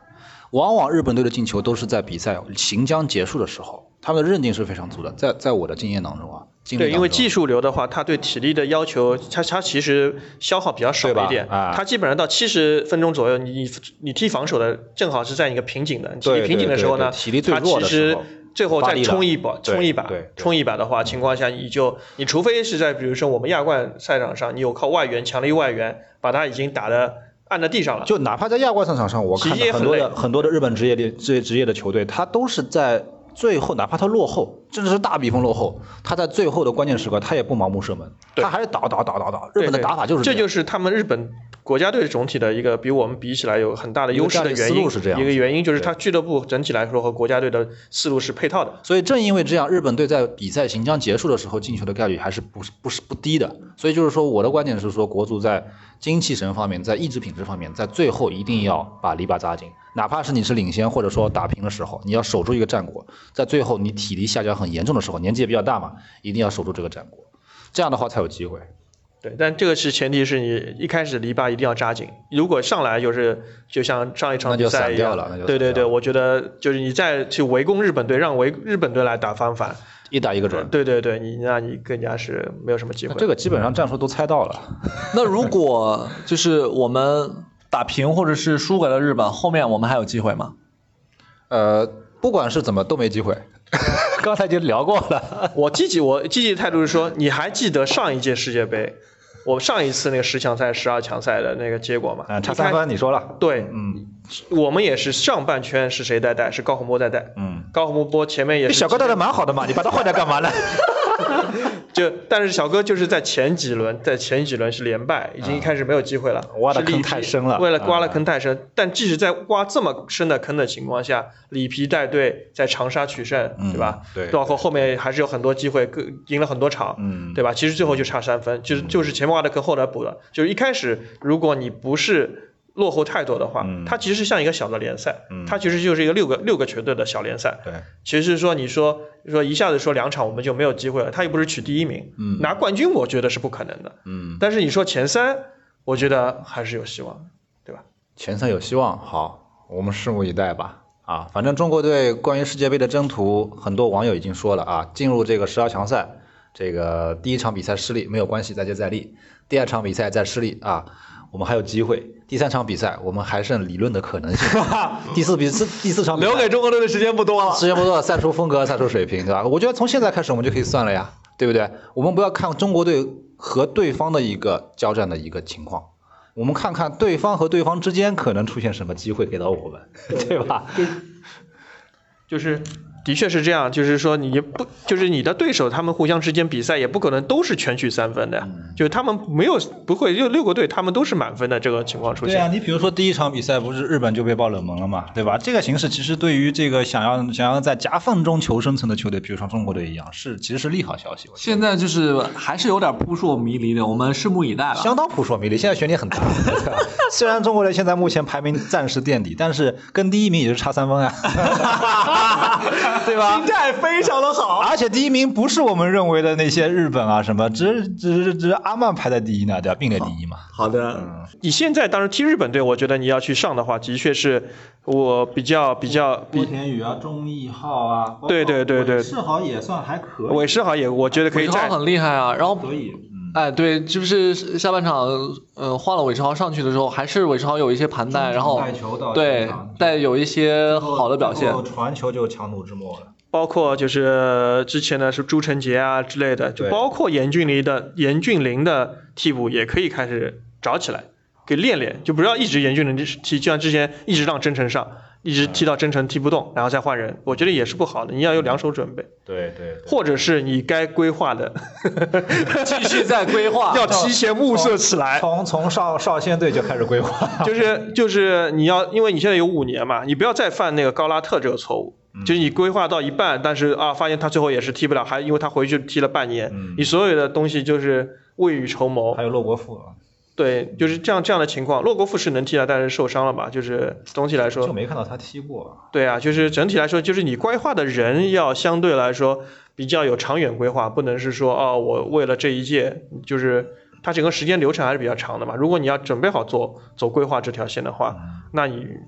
F: 往往日本队的进球都是在比赛行将结束的时候，他们的韧劲是非常足的。在在我的经验当中啊，
G: 对，因为技术流的话，他对体力的要求，他他其实消耗比较少一点，
F: 啊、
G: 他基本上到七十分钟左右，你你踢防守的正好是在一个瓶颈的，
F: 对
G: 你瓶颈的时候呢，
F: 体力最弱的时候。
G: 最后再冲一把，冲一把，
F: 对对对
G: 冲一把的话，情况下你就，你除非是在比如说我们亚冠赛场上，你有靠外援强力外援把他已经打的按在地上了，
F: 就哪怕在亚冠赛场上，我看到很多的很多的日本职业的职业职业的球队，他都是在最后，哪怕他落后，甚至是大比分落后，他在最后的关键时刻，他也不盲目射门，他还是打打打打打。日本的打法就是
G: 这，这就是他们日本国家队总体的一个比我们比起来有很大的优势的原因。
F: 是这样，
G: 一个原因就是他俱乐部整体来说和国家队的思路是配套的。
F: 所以正因为这样，日本队在比赛行将结束的时候进球的概率还是不是不是不低的。所以就是说，我的观点是说，国足在精气神方面，在意志品质方面，在最后一定要把篱笆扎紧，哪怕是你是领先或者说打平的时候，你要守住一个战果，在最后你体力下降很严重的时候，年纪也比较大嘛，一定要守住这个战果，这样的话才有机会。
G: 对，但这个是前提是你一开始篱笆一定要扎紧，如果上来就是就像上一场比赛一样，
F: 那就散掉了，那就
G: 对对对，我觉得就是你再去围攻日本队，让围日本队来打翻反，
F: 一打一个准。
G: 对对对，你那你更加是没有什么机会。
F: 这个基本上战术都猜到了。
H: 那如果就是我们打平或者是输给了日本，后面我们还有机会吗？
F: 呃，不管是怎么都没机会。刚才已经聊过了。
G: 我积极，我积极的态度是说，你还记得上一届世界杯，我上一次那个十强赛、十二强赛的那个结果吗？
F: 嗯，差三分，你说了。
G: 对，
F: 嗯，
G: 我们也是上半圈是谁在带？是高洪波在带。
F: 嗯，
G: 高洪波前面也是。
F: 小哥带的蛮好的嘛，你把他换掉干嘛呢？
G: 就但是小哥就是在前几轮，在前几轮是连败，已经一开始没有机会了，
F: 挖的坑太深了。
G: 为了刮了坑太深，嗯、但即使在刮这么深的坑的情况下，里皮带队在长沙取胜，
F: 嗯、
G: 对吧？
F: 对，
G: 包括后面还是有很多机会，赢了很多场，
F: 嗯，
G: 对吧？其实最后就差三分，就是就是前面挖的坑后来补的，就是一开始如果你不是落后太多的话，
F: 嗯、
G: 它其实像一个小的联赛，
F: 嗯、
G: 它其实就是一个六个六个球队的小联赛。
F: 对，
G: 其实是说你说说一下子说两场我们就没有机会了，他又不是取第一名，
F: 嗯，
G: 拿冠军我觉得是不可能的，
F: 嗯，
G: 但是你说前三，我觉得还是有希望的，对吧？
F: 前三有希望，好，我们拭目以待吧。啊，反正中国队关于世界杯的征途，很多网友已经说了啊，进入这个十二强赛，这个第一场比赛失利没有关系，再接再厉，第二场比赛再失利啊。我们还有机会，第三场比赛我们还剩理论的可能性。第四比四第四场比赛
H: 留给中国队的时间不多了，
F: 时间不多了，赛出风格，赛出水平，对吧？我觉得从现在开始我们就可以算了呀，对不对？我们不要看中国队和对方的一个交战的一个情况，我们看看对方和对方之间可能出现什么机会给到我们，对吧？
G: 就是的确是这样，就是说你不，就是你的对手他们互相之间比赛也不可能都是全取三分的，嗯、就是他们没有不会就六个队他们都是满分的这个情况出现。
F: 对啊，你比如说第一场比赛不是日本就被爆冷门了嘛，对吧？这个形势其实对于这个想要想要在夹缝中求生存的球队，比如说中国队一样，是其实是利好消息。
H: 现在就是还是有点扑朔迷离的，我们拭目以待了。
F: 相当扑朔迷离，现在悬念很大。虽然中国队现在目前排名暂时垫底，但是跟第一名也是差三分啊。对吧？
H: 心态非常的好，
F: 而且第一名不是我们认为的那些日本啊什么，只只只阿曼排在第一呢，对吧？并列第一嘛。
H: 好的，
G: 嗯，你现在当时踢日本队，我觉得你要去上的话，的确是我比较比较
F: 郭田雨啊，钟义浩啊，
G: 对对对对，
F: 韦世豪也算还可以，
G: 韦世豪也我觉得可以，
H: 韦世豪很厉害啊，然后
F: 可以。
H: 哎，对，就是下半场，嗯，换了韦世豪上去的时候，还是韦世豪有一些盘带，然后对带有一些好的表现，
F: 传球就强弩之末了。
G: 包括就是之前的是朱晨杰啊之类的，就包括严俊凌的严俊凌的替补也可以开始找起来，给练练，就不要一直严俊凌踢，就像之前一直让真诚上。一直踢到真诚踢不动，然后再换人，我觉得也是不好的。你要有两手准备，
F: 对 对, 对，
G: 或者是你该规划的
H: 继续再规划，
G: 要提前物色起来。
F: 从从少少先队就开始规划，
G: 就是就是你要，因为你现在有五年嘛，你不要再犯那个高拉特这个错误。嗯、就是你规划到一半，但是啊，发现他最后也是踢不了，还因为他回去踢了半年，嗯、你所有的东西就是未雨绸缪。
F: 还有骆国富啊。
G: 对，就是这样这样的情况。骆国富是能踢的，但是受伤了吧？就是总体来说
F: 就没看到他踢过。
G: 对啊，就是整体来说，就是你规划的人要相对来说比较有长远规划，不能是说哦，我为了这一届，就是它整个时间流程还是比较长的嘛。如果你要准备好做走规划这条线的话，嗯、那你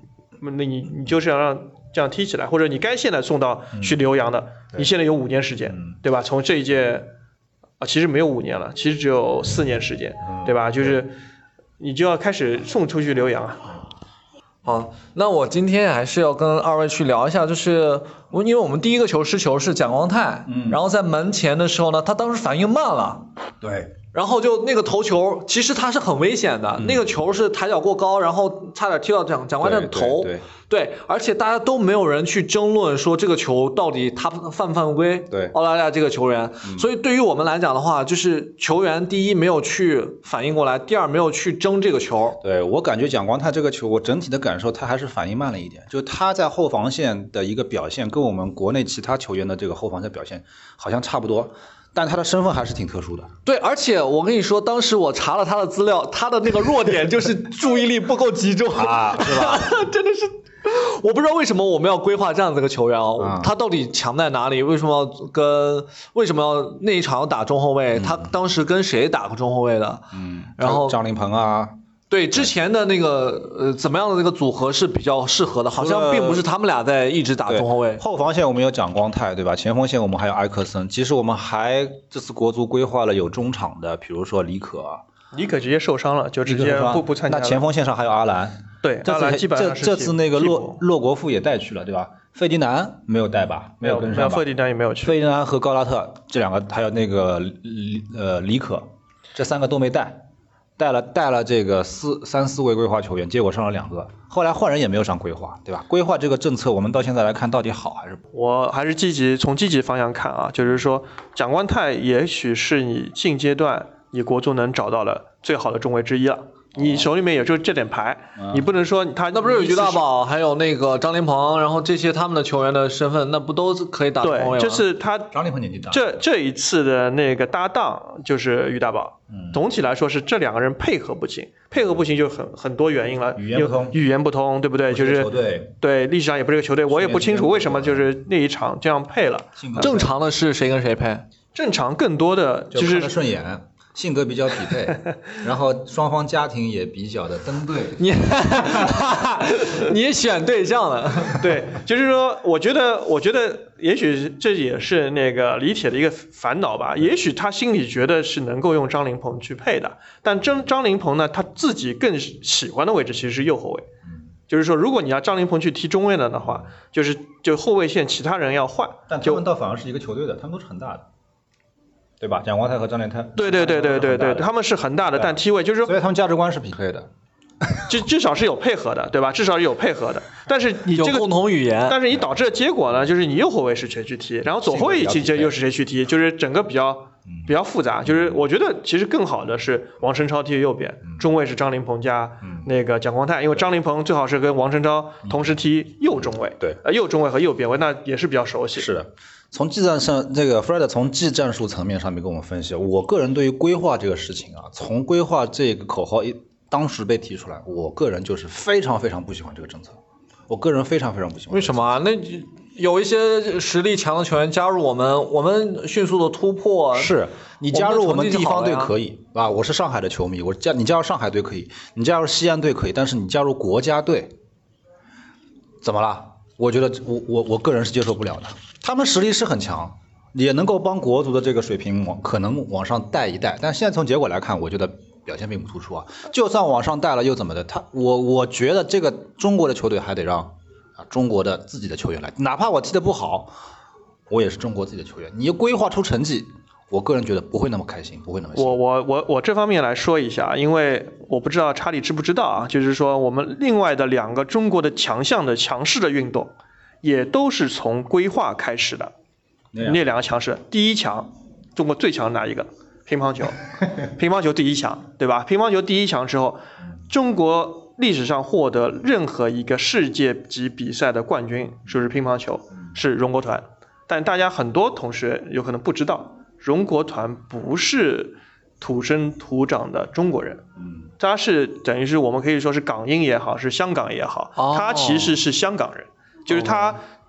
G: 那你你就是要让这样踢起来，或者你该现在送到去留洋的，
F: 嗯、
G: 你现在有五年时间，
F: 嗯、
G: 对吧？从这一届啊，其实没有五年了，其实只有四年时间，
F: 嗯、
G: 对吧？就是你就要开始送出去留洋啊。
H: 好，那我今天还是要跟二位去聊一下，就是因为我们第一个球失球是蒋光太，
F: 嗯，
H: 然后在门前的时候呢，他当时反应慢了，
F: 对。
H: 然后就那个头球，其实他是很危险的，嗯、那个球是抬脚过高，然后差点踢到蒋蒋光太的头，
F: 对 对, 对,
H: 对，而且大家都没有人去争论说这个球到底他犯不犯规，
F: 对，
H: 澳大利亚这个球员，嗯、所以对于我们来讲的话，就是球员第一没有去反应过来，第二没有去争这个球。
F: 对，我感觉蒋光太这个球，我整体的感受他还是反应慢了一点，就他在后防线的一个表现跟我们国内其他球员的这个后防线表现好像差不多。但他的身份还是挺特殊的。
H: 对，而且我跟你说，当时我查了他的资料，他的那个弱点就是注意力不够集中
F: 啊，是吧？
H: 真的是，我不知道为什么我们要规划这样子一个球员哦，
F: 嗯、
H: 他到底强在哪里？为什么要跟为什么要那一场要打中后卫？嗯、他当时跟谁打过中后卫的？
F: 嗯，
H: 然后
F: 张琳芃啊。
H: 对之前的那个呃怎么样的那个组合是比较适合的，好像并不是他们俩在一直打中后卫。
F: 后防线我们有蒋光太，对吧？前锋线我们还有埃克森。其实我们还这次国足规划了有中场的，比如说李可，
G: 李可直接受伤了，就直接不不参加了。
F: 那前锋线上还有阿兰，
G: 对，阿兰基本上
F: 是这这次那个洛洛国富也带去了，对吧？费迪南没有带吧？没有跟上吧？
G: 费迪南也没有去。
F: 费迪南和高拉特这两个，还有那个呃李可，这三个都没带。带了带了这个四三四位规划球员，结果上了两个，后来换人也没有上规划，对吧？规划这个政策，我们到现在来看到底好还是不好？
G: 我还是积极从积极方向看啊，就是说蒋光太也许是你近阶段你国足能找到的最好的中卫之一了。你手里面也就这点牌，嗯、你不能说他
H: 那不是有于大宝，还有那个张琳芃，然后这些他们的球员的身份，那不都可以打中卫吗？
G: 对，就是他
F: 张琳芃年纪大。
G: 这这一次的那个搭档就是于大宝。
F: 嗯，
G: 总体来说是这两个人配合不行，配合不行就很很多原因了，
F: 语言不通，
G: 语言不通，对不对？就是
F: 球队
G: 对历史上也不是个球队，我也不清楚为什么就是那一场这样配了。
H: 正常的是谁跟谁配？
G: 正常更多的就是
F: 看得顺眼。性格比较匹配，然后双方家庭也比较的登对。
H: 你你选对象了，
G: 对，就是说，我觉得，我觉得，也许这也是那个李铁的一个烦恼吧。也许他心里觉得是能够用张琳芃去配的，但张张琳芃呢，他自己更喜欢的位置其实是右后卫。就是说，如果你要张琳芃去踢中卫了的话，就是就后卫线其他人要换。
F: 但他们倒反而是一个球队的，他们都是恒大的。对吧？蒋光太和张琳芃，
G: 对对对对对对，他们是恒大的，但踢位就是说，
F: 所以他们价值观是匹配的，
G: 至至少是有配合的，对吧？至少是有配合的。但是你这个
H: 共同语言，
G: 但是你导致的结果呢，就是你右后卫是谁去踢，然后左后卫其实又是谁去踢，就是整个比较比较复杂。就是我觉得其实更好的是王晨超踢右边，中卫是张琳芃加那个蒋光太，因为张琳芃最好是跟王晨超同时踢右中卫，
F: 对，
G: 呃右中卫和右边卫，那也是比较熟悉。
F: 是的。从技战上，这个 Fred 从技战术层面上面跟我们分析，我个人对于规划这个事情啊，从规划这个口号一当时被提出来，我个人就是非常非常不喜欢这个政策，我个人非常非常不喜欢。
H: 为什么啊？那有一些实力强的球员加入我们，我们迅速的突破。
F: 是你加入我们地方队可以啊，我是上海的球迷，我加你加入上海队可以，你加入西安队可以，但是你加入国家队，怎么了？我觉得我我我个人是接受不了的。他们实力是很强，也能够帮国足的这个水平往可能往上带一带，但现在从结果来看，我觉得表现并不突出啊。就算往上带了又怎么的？他我我觉得这个中国的球队还得让啊中国的自己的球员来，哪怕我踢得不好，我也是中国自己的球员。你规划出成绩，我个人觉得不会那么开心，不会那么心。
G: 我我我我这方面来说一下，因为我不知道查理知不知道啊，就是说我们另外的两个中国的强项的强势的运动。也都是从规划开始的，那两个强势，第一强，中国最强哪一个？乒乓球，乒乓球第一强，对吧？乒乓球第一强之后，中国历史上获得任何一个世界级比赛的冠军，是不是乒乓球？是荣国团。但大家很多同学有可能不知道，荣国团不是土生土长的中国人，
F: 嗯，
G: 他是等于是我们可以说是港英也好，是香港也好，他其实是香港人。就是他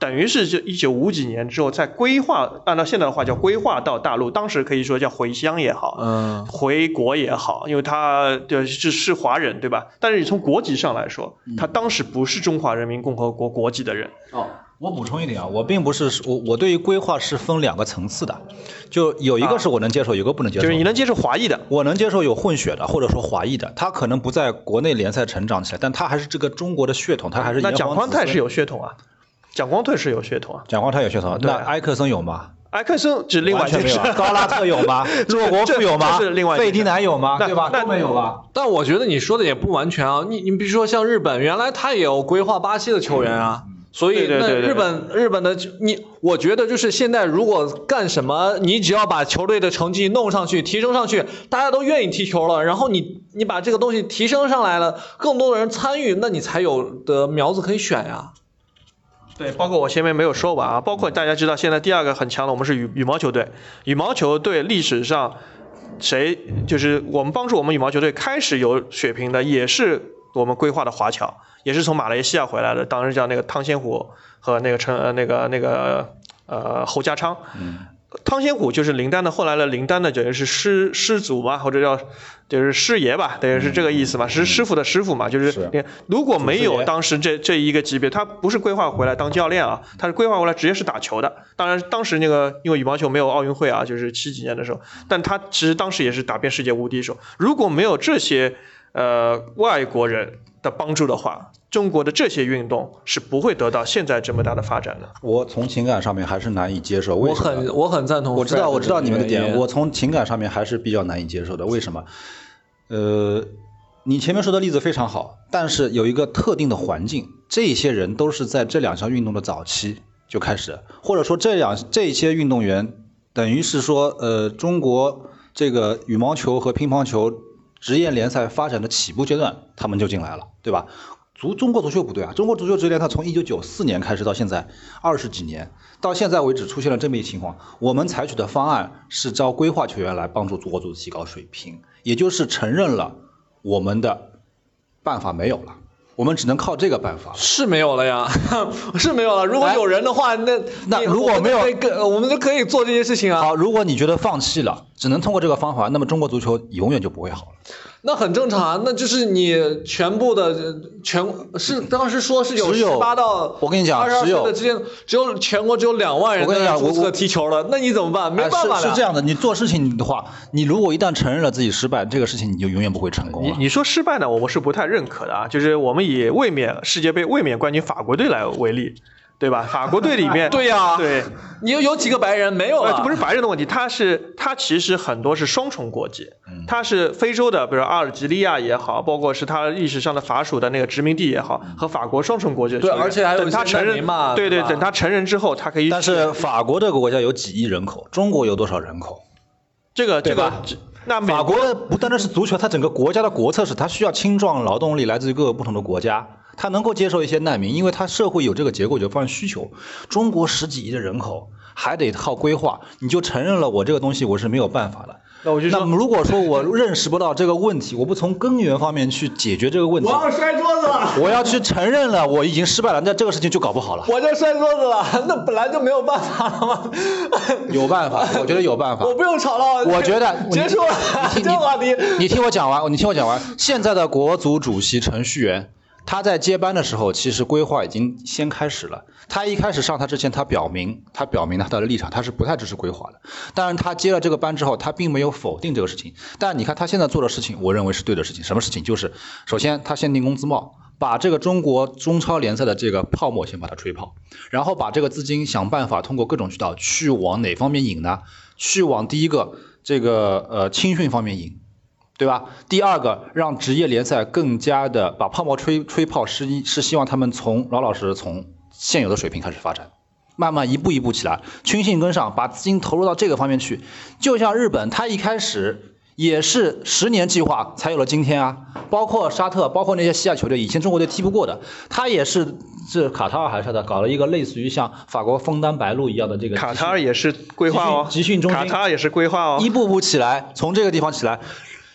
G: 等于是就一九五几年之后再规划，按照现在的话叫规划到大陆，当时可以说叫回乡也好，
H: 嗯，
G: 回国也好，因为他就是是华人，对吧？但是你从国籍上来说，他当时不是中华人民共和国国籍的人。
F: 哦，我补充一点啊，我并不是我我对于规划是分两个层次的，就有一个是我能接受，啊、有一个不能接受。
G: 就是你能接受华裔的，
F: 我能接受有混血的，或者说华裔的，他可能不在国内联赛成长起来，但他还是这个中国的血统，他还是
G: 那蒋光太是有血统啊，蒋光太是有血统啊，
F: 蒋光太有血统啊，那埃克森有吗？
G: 埃克森是另外一件事，
F: 高拉特有吗？洛国富有吗？费迪南有吗？对吧？都没有吧？
H: 但我觉得你说的也不完全啊，你你比如说像日本，原来他也有规划巴西的球员啊。嗯，所以那日本日本的你，我觉得就是现在如果干什么，你只要把球队的成绩弄上去、提升上去，大家都愿意踢球了，然后你你把这个东西提升上来了，更多的人参与，那你才有的苗子可以选呀。
G: 对，包括我前面没有说完啊，包括大家知道现在第二个很强的，我们是羽羽毛球队，羽毛球队历史上谁就是我们帮助我们羽毛球队开始有水平的，也是我们规划的华侨。也是从马来西亚回来的，当时叫那个汤仙虎和那个陈呃那个那个呃侯家昌。嗯，汤仙虎就是林丹的，后来的林丹的等于是师师祖嘛，或者叫就是师爷吧，等于是这个意思嘛，是师傅的师傅嘛，就是
F: 是
G: 如果没有当时这这一个级别，他不是规划回来当教练啊，他是规划回来直接是打球的。当然当时那个因为羽毛球没有奥运会啊，就是七几年的时候，但他其实当时也是打遍世界无敌手。如果没有这些呃外国人的帮助的话，中国的这些运动是不会得到现在这么大的发展的。
F: 我从情感上面还是难以接受。
H: 我很我很赞同。
F: 我知道我知道你们的点，我从情感上面还是比较难以接受的。为什么？呃，你前面说的例子非常好，但是有一个特定的环境，这些人都是在这两项运动的早期就开始，或者说这两这些运动员等于是说，呃，中国这个羽毛球和乒乓球职业联赛发展的起步阶段，他们就进来了，对吧？足中国足球不对啊，中国足球职业联赛从一九九四年开始到现在二十几年，到现在为止出现了这么一情况。我们采取的方案是招规划球员来帮助国足提高水平，也就是承认了我们的办法没有了，我们只能靠这个办法。
H: 是没有了呀，是没有了。如果有人的话，那
F: 那如果没有，
H: 我们就可以做这些事情啊。
F: 好，如果你觉得放弃了，只能通过这个方法，那么中国足球永远就不会好了。
H: 那很正常啊，那就是你全部的全是当时说是有十八到
F: 我跟你讲，只有
H: 之间只有全国只有两万人在注册踢球了，那你怎么办？没办法
F: 的。是, 是这样的，你做事情的话，你如果一旦承认了自己失败，这个事情你就永远不会成功了。
G: 你你说失败呢，我们是不太认可的啊。就是我们以卫冕世界杯卫冕冠军法国队来为例。对吧？法国队里面，
H: 对呀、啊，
G: 对，
H: 你有有几个白人没有了？
G: 不是白人的问题，他是他其实很多是双重国籍，他是非洲的，比如阿尔及利亚也好，包括是他历史上的法属的那个殖民地也好，和法国双重国籍。
H: 对，而且还有
G: 等他承认
H: 嘛，
G: 对对，等他承认之后，他可以。
F: 但是法国这个国家有几亿人口，中国有多少人口？
G: 这个这个。
F: 那法国不单单是足球，它整个国家的国策是它需要青壮劳动力来自于各个不同的国家，它能够接受一些难民，因为它社会有这个结构，有这方面需求。中国十几亿的人口还得靠规划，你就承认了我这个东西我是没有办法的。
G: 那我就说，
F: 那如果说我认识不到这个问题，我不从根源方面去解决这个问题，
H: 我要摔桌子了，
F: 我要去承认了我已经失败了，那这个事情就搞不好了。
H: 我就摔桌子了，那本来就没有办法了吗？
F: 有办法，我觉得有办法。
H: 我不用吵了，
F: 我觉得
H: 结束了这个话题。
F: 你听我讲完，你听我讲完。现在的国足主席程序员，他在接班的时候，其实规划已经先开始了。他一开始上台之前，他表明，他表明了他的立场，他是不太支持规划的。当然，他接了这个班之后，他并没有否定这个事情。但你看他现在做的事情，我认为是对的事情。什么事情？就是首先他限定工资帽，把这个中国中超联赛的这个泡沫先把它吹泡，然后把这个资金想办法通过各种渠道去往哪方面引呢？去往第一个这个呃青训方面引。对吧？第二个，让职业联赛更加的把泡沫吹吹泡，是一是希望他们从老老实实从现有的水平开始发展，慢慢一步一步起来，群信跟上，把资金投入到这个方面去。就像日本，它一开始也是十年计划才有了今天啊，包括沙特，包括那些西亚球队，以前中国队踢不过的，他也是是卡塔尔还是沙特搞了一个类似于像法国枫丹白露一样的这个。
G: 卡塔尔也是规划哦，
F: 集训中心，
G: 卡塔尔也是规划哦，
F: 一步步起来，从这个地方起来。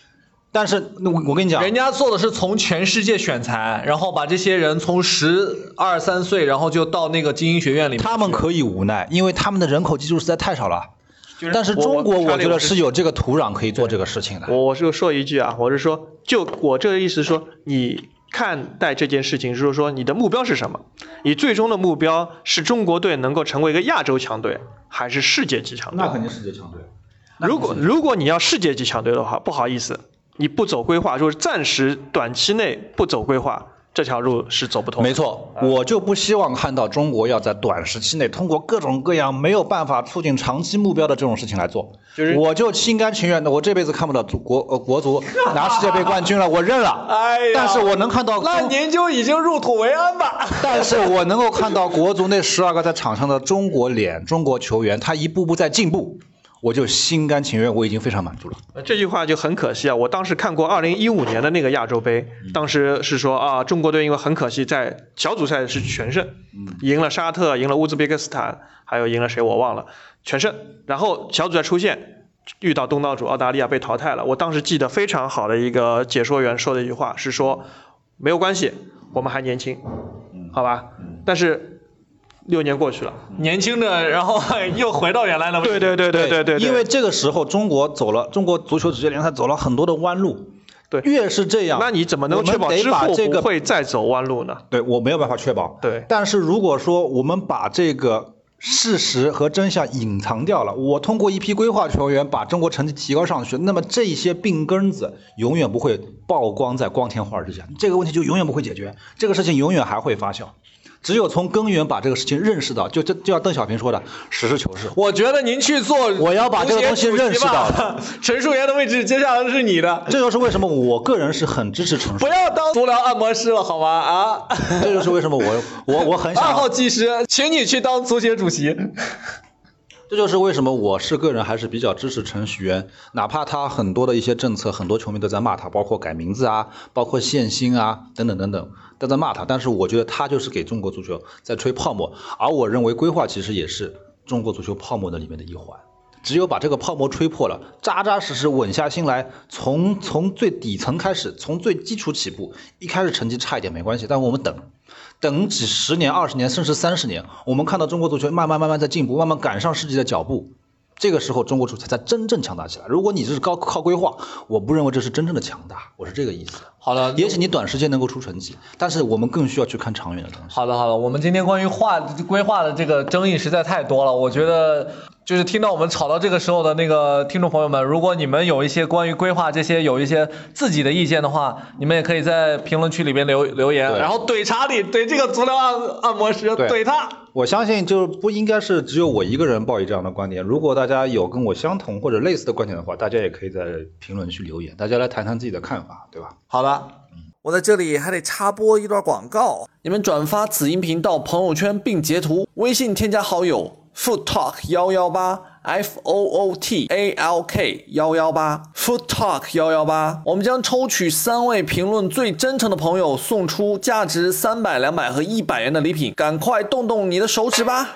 F: 但是我我跟你讲，
H: 人家做的是从全世界选材，然后把这些人从十二三岁，然后就到那个精英学院里面。
F: 他们可以无奈，因为他们的人口基数实在太少了。就是、但是中国我觉得是有这个土壤可以做这个事情的。
G: 我我是说一句啊，我是说，就我这个意思说，你看待这件事情，就是说你的目标是什么？你最终的目标是中国队能够成为一个亚洲强队，还是世界级强队？
F: 那肯定世界强队。
G: 如果如果你要世界级强队的话，不好意思。你不走规划，就是暂时短期内不走规划，这条路是走不通的。
F: 没错，我就不希望看到中国要在短时期内通过各种各样没有办法促进长期目标的这种事情来做。就是，我就心甘情愿的，我这辈子看不到国呃国足拿世界杯冠军了，我认了。哎呀，但是我能看到，
H: 那您就已经入土为安吧。
F: 但是我能够看到国足那十二个在场上的中国脸、中国球员，他一步步在进步。我就心甘情愿，我已经非常满足了。
G: 这句话就很可惜啊！我当时看过二零一五年的那个亚洲杯，当时是说啊，中国队因为很可惜在小组赛是全胜，赢了沙特，赢了乌兹别克斯坦，还有赢了谁我忘了，全胜。然后小组赛出现，遇到东道主澳大利亚被淘汰了。我当时记得非常好的一个解说员说的一句话是说，没有关系，我们还年轻，好吧？但是。六年过去了，
H: 年轻的，然后又回到原来的。
G: 对对对对对对。
F: 因为这个时候中国走了，中国足球职业联赛走了很多的弯路。
G: 对，
F: 越是这样，
G: 那你怎么能确保之后不会再走弯路呢？
F: 对，我没有办法确保。
G: 对，
F: 但是如果说我们把这个事实和真相隐藏掉了，我通过一批规划球员把中国成绩提高上去，那么这些病根子永远不会曝光在光天化日之下，这个问题就永远不会解决，这个事情永远还会发酵。只有从根源把这个事情认识到，就就就像邓小平说的，实事求是。
H: 我觉得您去做，
F: 我要把这个东西认识到了。
H: 陈树元的位置接下来是你的，
F: 这就是为什么我个人是很支持陈树。
H: 不要当足疗按摩师了，好吗？啊，
F: 这就是为什么我我我很想。
H: 二号技师，请你去当足协主席。
F: 这就是为什么我是个人还是比较支持程序员，哪怕他很多的一些政策，很多球迷都在骂他，包括改名字啊，包括限薪啊，等等等等，都在骂他。但是我觉得他就是给中国足球在吹泡沫，而我认为规划其实也是中国足球泡沫的里面的一环。只有把这个泡沫吹破了，扎扎实实稳下心来，从从最底层开始，从最基础起步，一开始成绩差一点没关系，但我们等。等几十年、二十年，甚至三十年，我们看到中国足球慢慢慢慢在进步，慢慢赶上世界的脚步，这个时候中国足球才真正强大起来。如果你这是高靠规划，我不认为这是真正的强大，我是这个意思。
H: 好的，
F: 也许你短时间能够出成绩，但是我们更需要去看长远的东西。
H: 好的，好的，我们今天关于划规划的这个争议实在太多了，我觉得。就是听到我们吵到这个时候的那个听众朋友们，如果你们有一些关于规划这些有一些自己的意见的话，你们也可以在评论区里边留留言，然后怼查理，怼这个足疗按按摩师，怼他。
F: 我相信就不应该是只有我一个人抱以这样的观点，如果大家有跟我相同或者类似的观点的话，大家也可以在评论区留言，大家来谈谈自己的看法，对吧？
H: 好的。
E: 我在这里还得插播一段广告，你们转发紫音频到朋友圈并截图，微信添加好友 Foot Talk 一一八 F O O T A L K 一一八 Foot Talk 一一八，我们将抽取三位评论最真诚的朋友，送出价值三百、两百和一百元的礼品，赶快动动你的手指吧！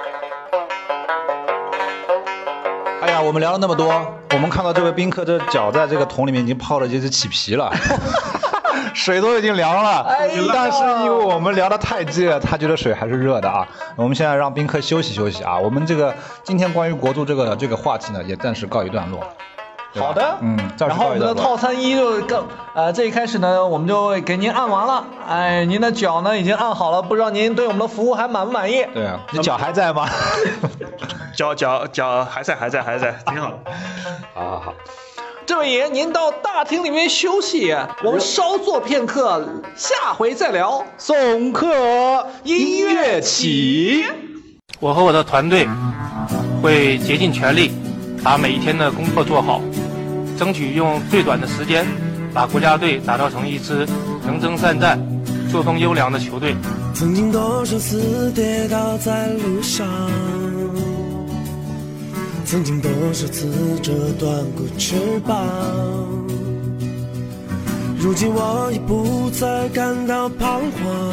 F: 哎呀，我们聊了那么多，我们看到这位宾客这脚在这个桶里面已经泡了，就是起皮了。水都已经凉了，哎、但是因为我们聊得太激烈，他觉得水还是热的啊。我们现在让宾客休息休息啊。我们这个今天关于国足这个这个话题呢，也暂时告一段落。
H: 好的，
F: 嗯，
H: 然后我们的套餐一就更呃，这一开始呢，我们就给您按完了。哎，您的脚呢已经按好了，不知道您对我们的服务还满不满意？
F: 对啊，你脚还在吗？
G: 脚脚脚还在还在还在，挺好。
F: 好好好。
H: 这位爷，您到大厅里面休息，我们稍作片刻，下回再聊。
F: 送客音乐起。
I: 我和我的团队会竭尽全力，把每一天的工作做好，争取用最短的时间，把国家队打造成一支能征善战、作风优良的球队。
J: 曾经多少次跌倒在路上，曾经多少次折断过翅膀，如今我已不再感到彷徨，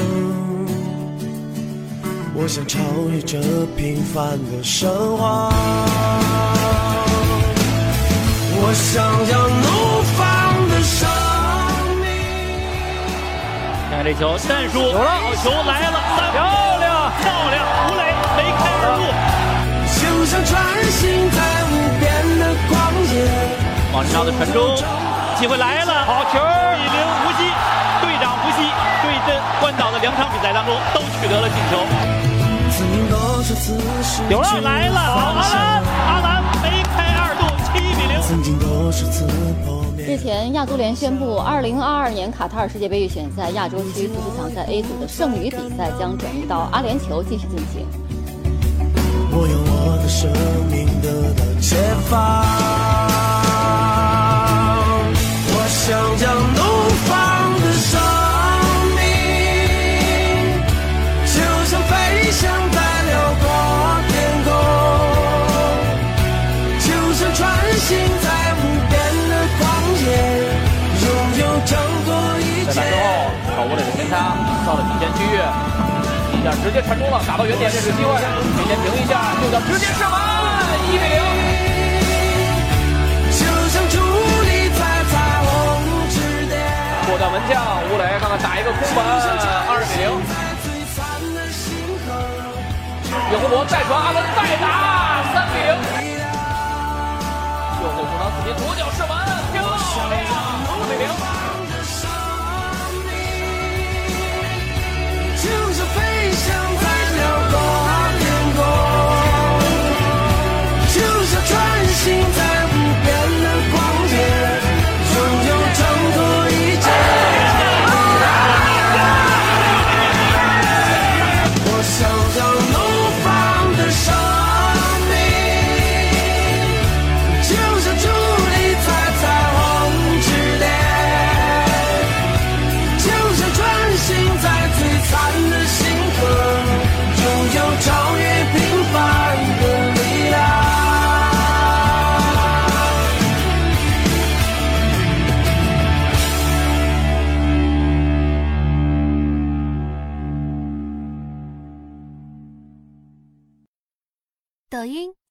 J: 我想超越这平凡的生活，我想要怒放的
K: 这球，战术有了，好球来了，三漂亮漂亮，吴磊梅开二度，
J: 就像穿行在无边的旷野。
K: 王晨超的传中，机会来了，好球，比零无锡，队长无锡对阵关岛的两场比赛当中都取得了进球。有了来了，好阿兰，阿兰梅开二度，七比零。
J: 曾经多少次
L: 日前，亚足联宣布，二零二二年卡塔尔世界杯预选赛亚洲区足球强赛 A 组的剩余比赛将转移到阿联酋继续进行。
J: 我用我的生命得到解放，我想将怒放的生命，就像飞翔在辽阔天空，就像穿行在无边的旷野，拥有争夺一切。
M: 在打之后，找吴磊的前插到了底线区域。一下直接传中了，打到原点，这是机会，面前停一下，就叫直接射门，一比零。
J: 就像伫立在彩虹之巅，
M: 过掉门将，吴磊看看打一个空门，二比零。叶洪博再传，阿伦再打，三比零。右后中场子民左脚射门，漂亮，四比零。
J: 就像飞翔在辽阔天空，就像穿行在无边的旷野，拥有挣脱一切。我想将怒放的生命，就像伫立在彩虹之巅，就像穿行在最灿的星河，拥有超越平凡的力量。
N: 抖音、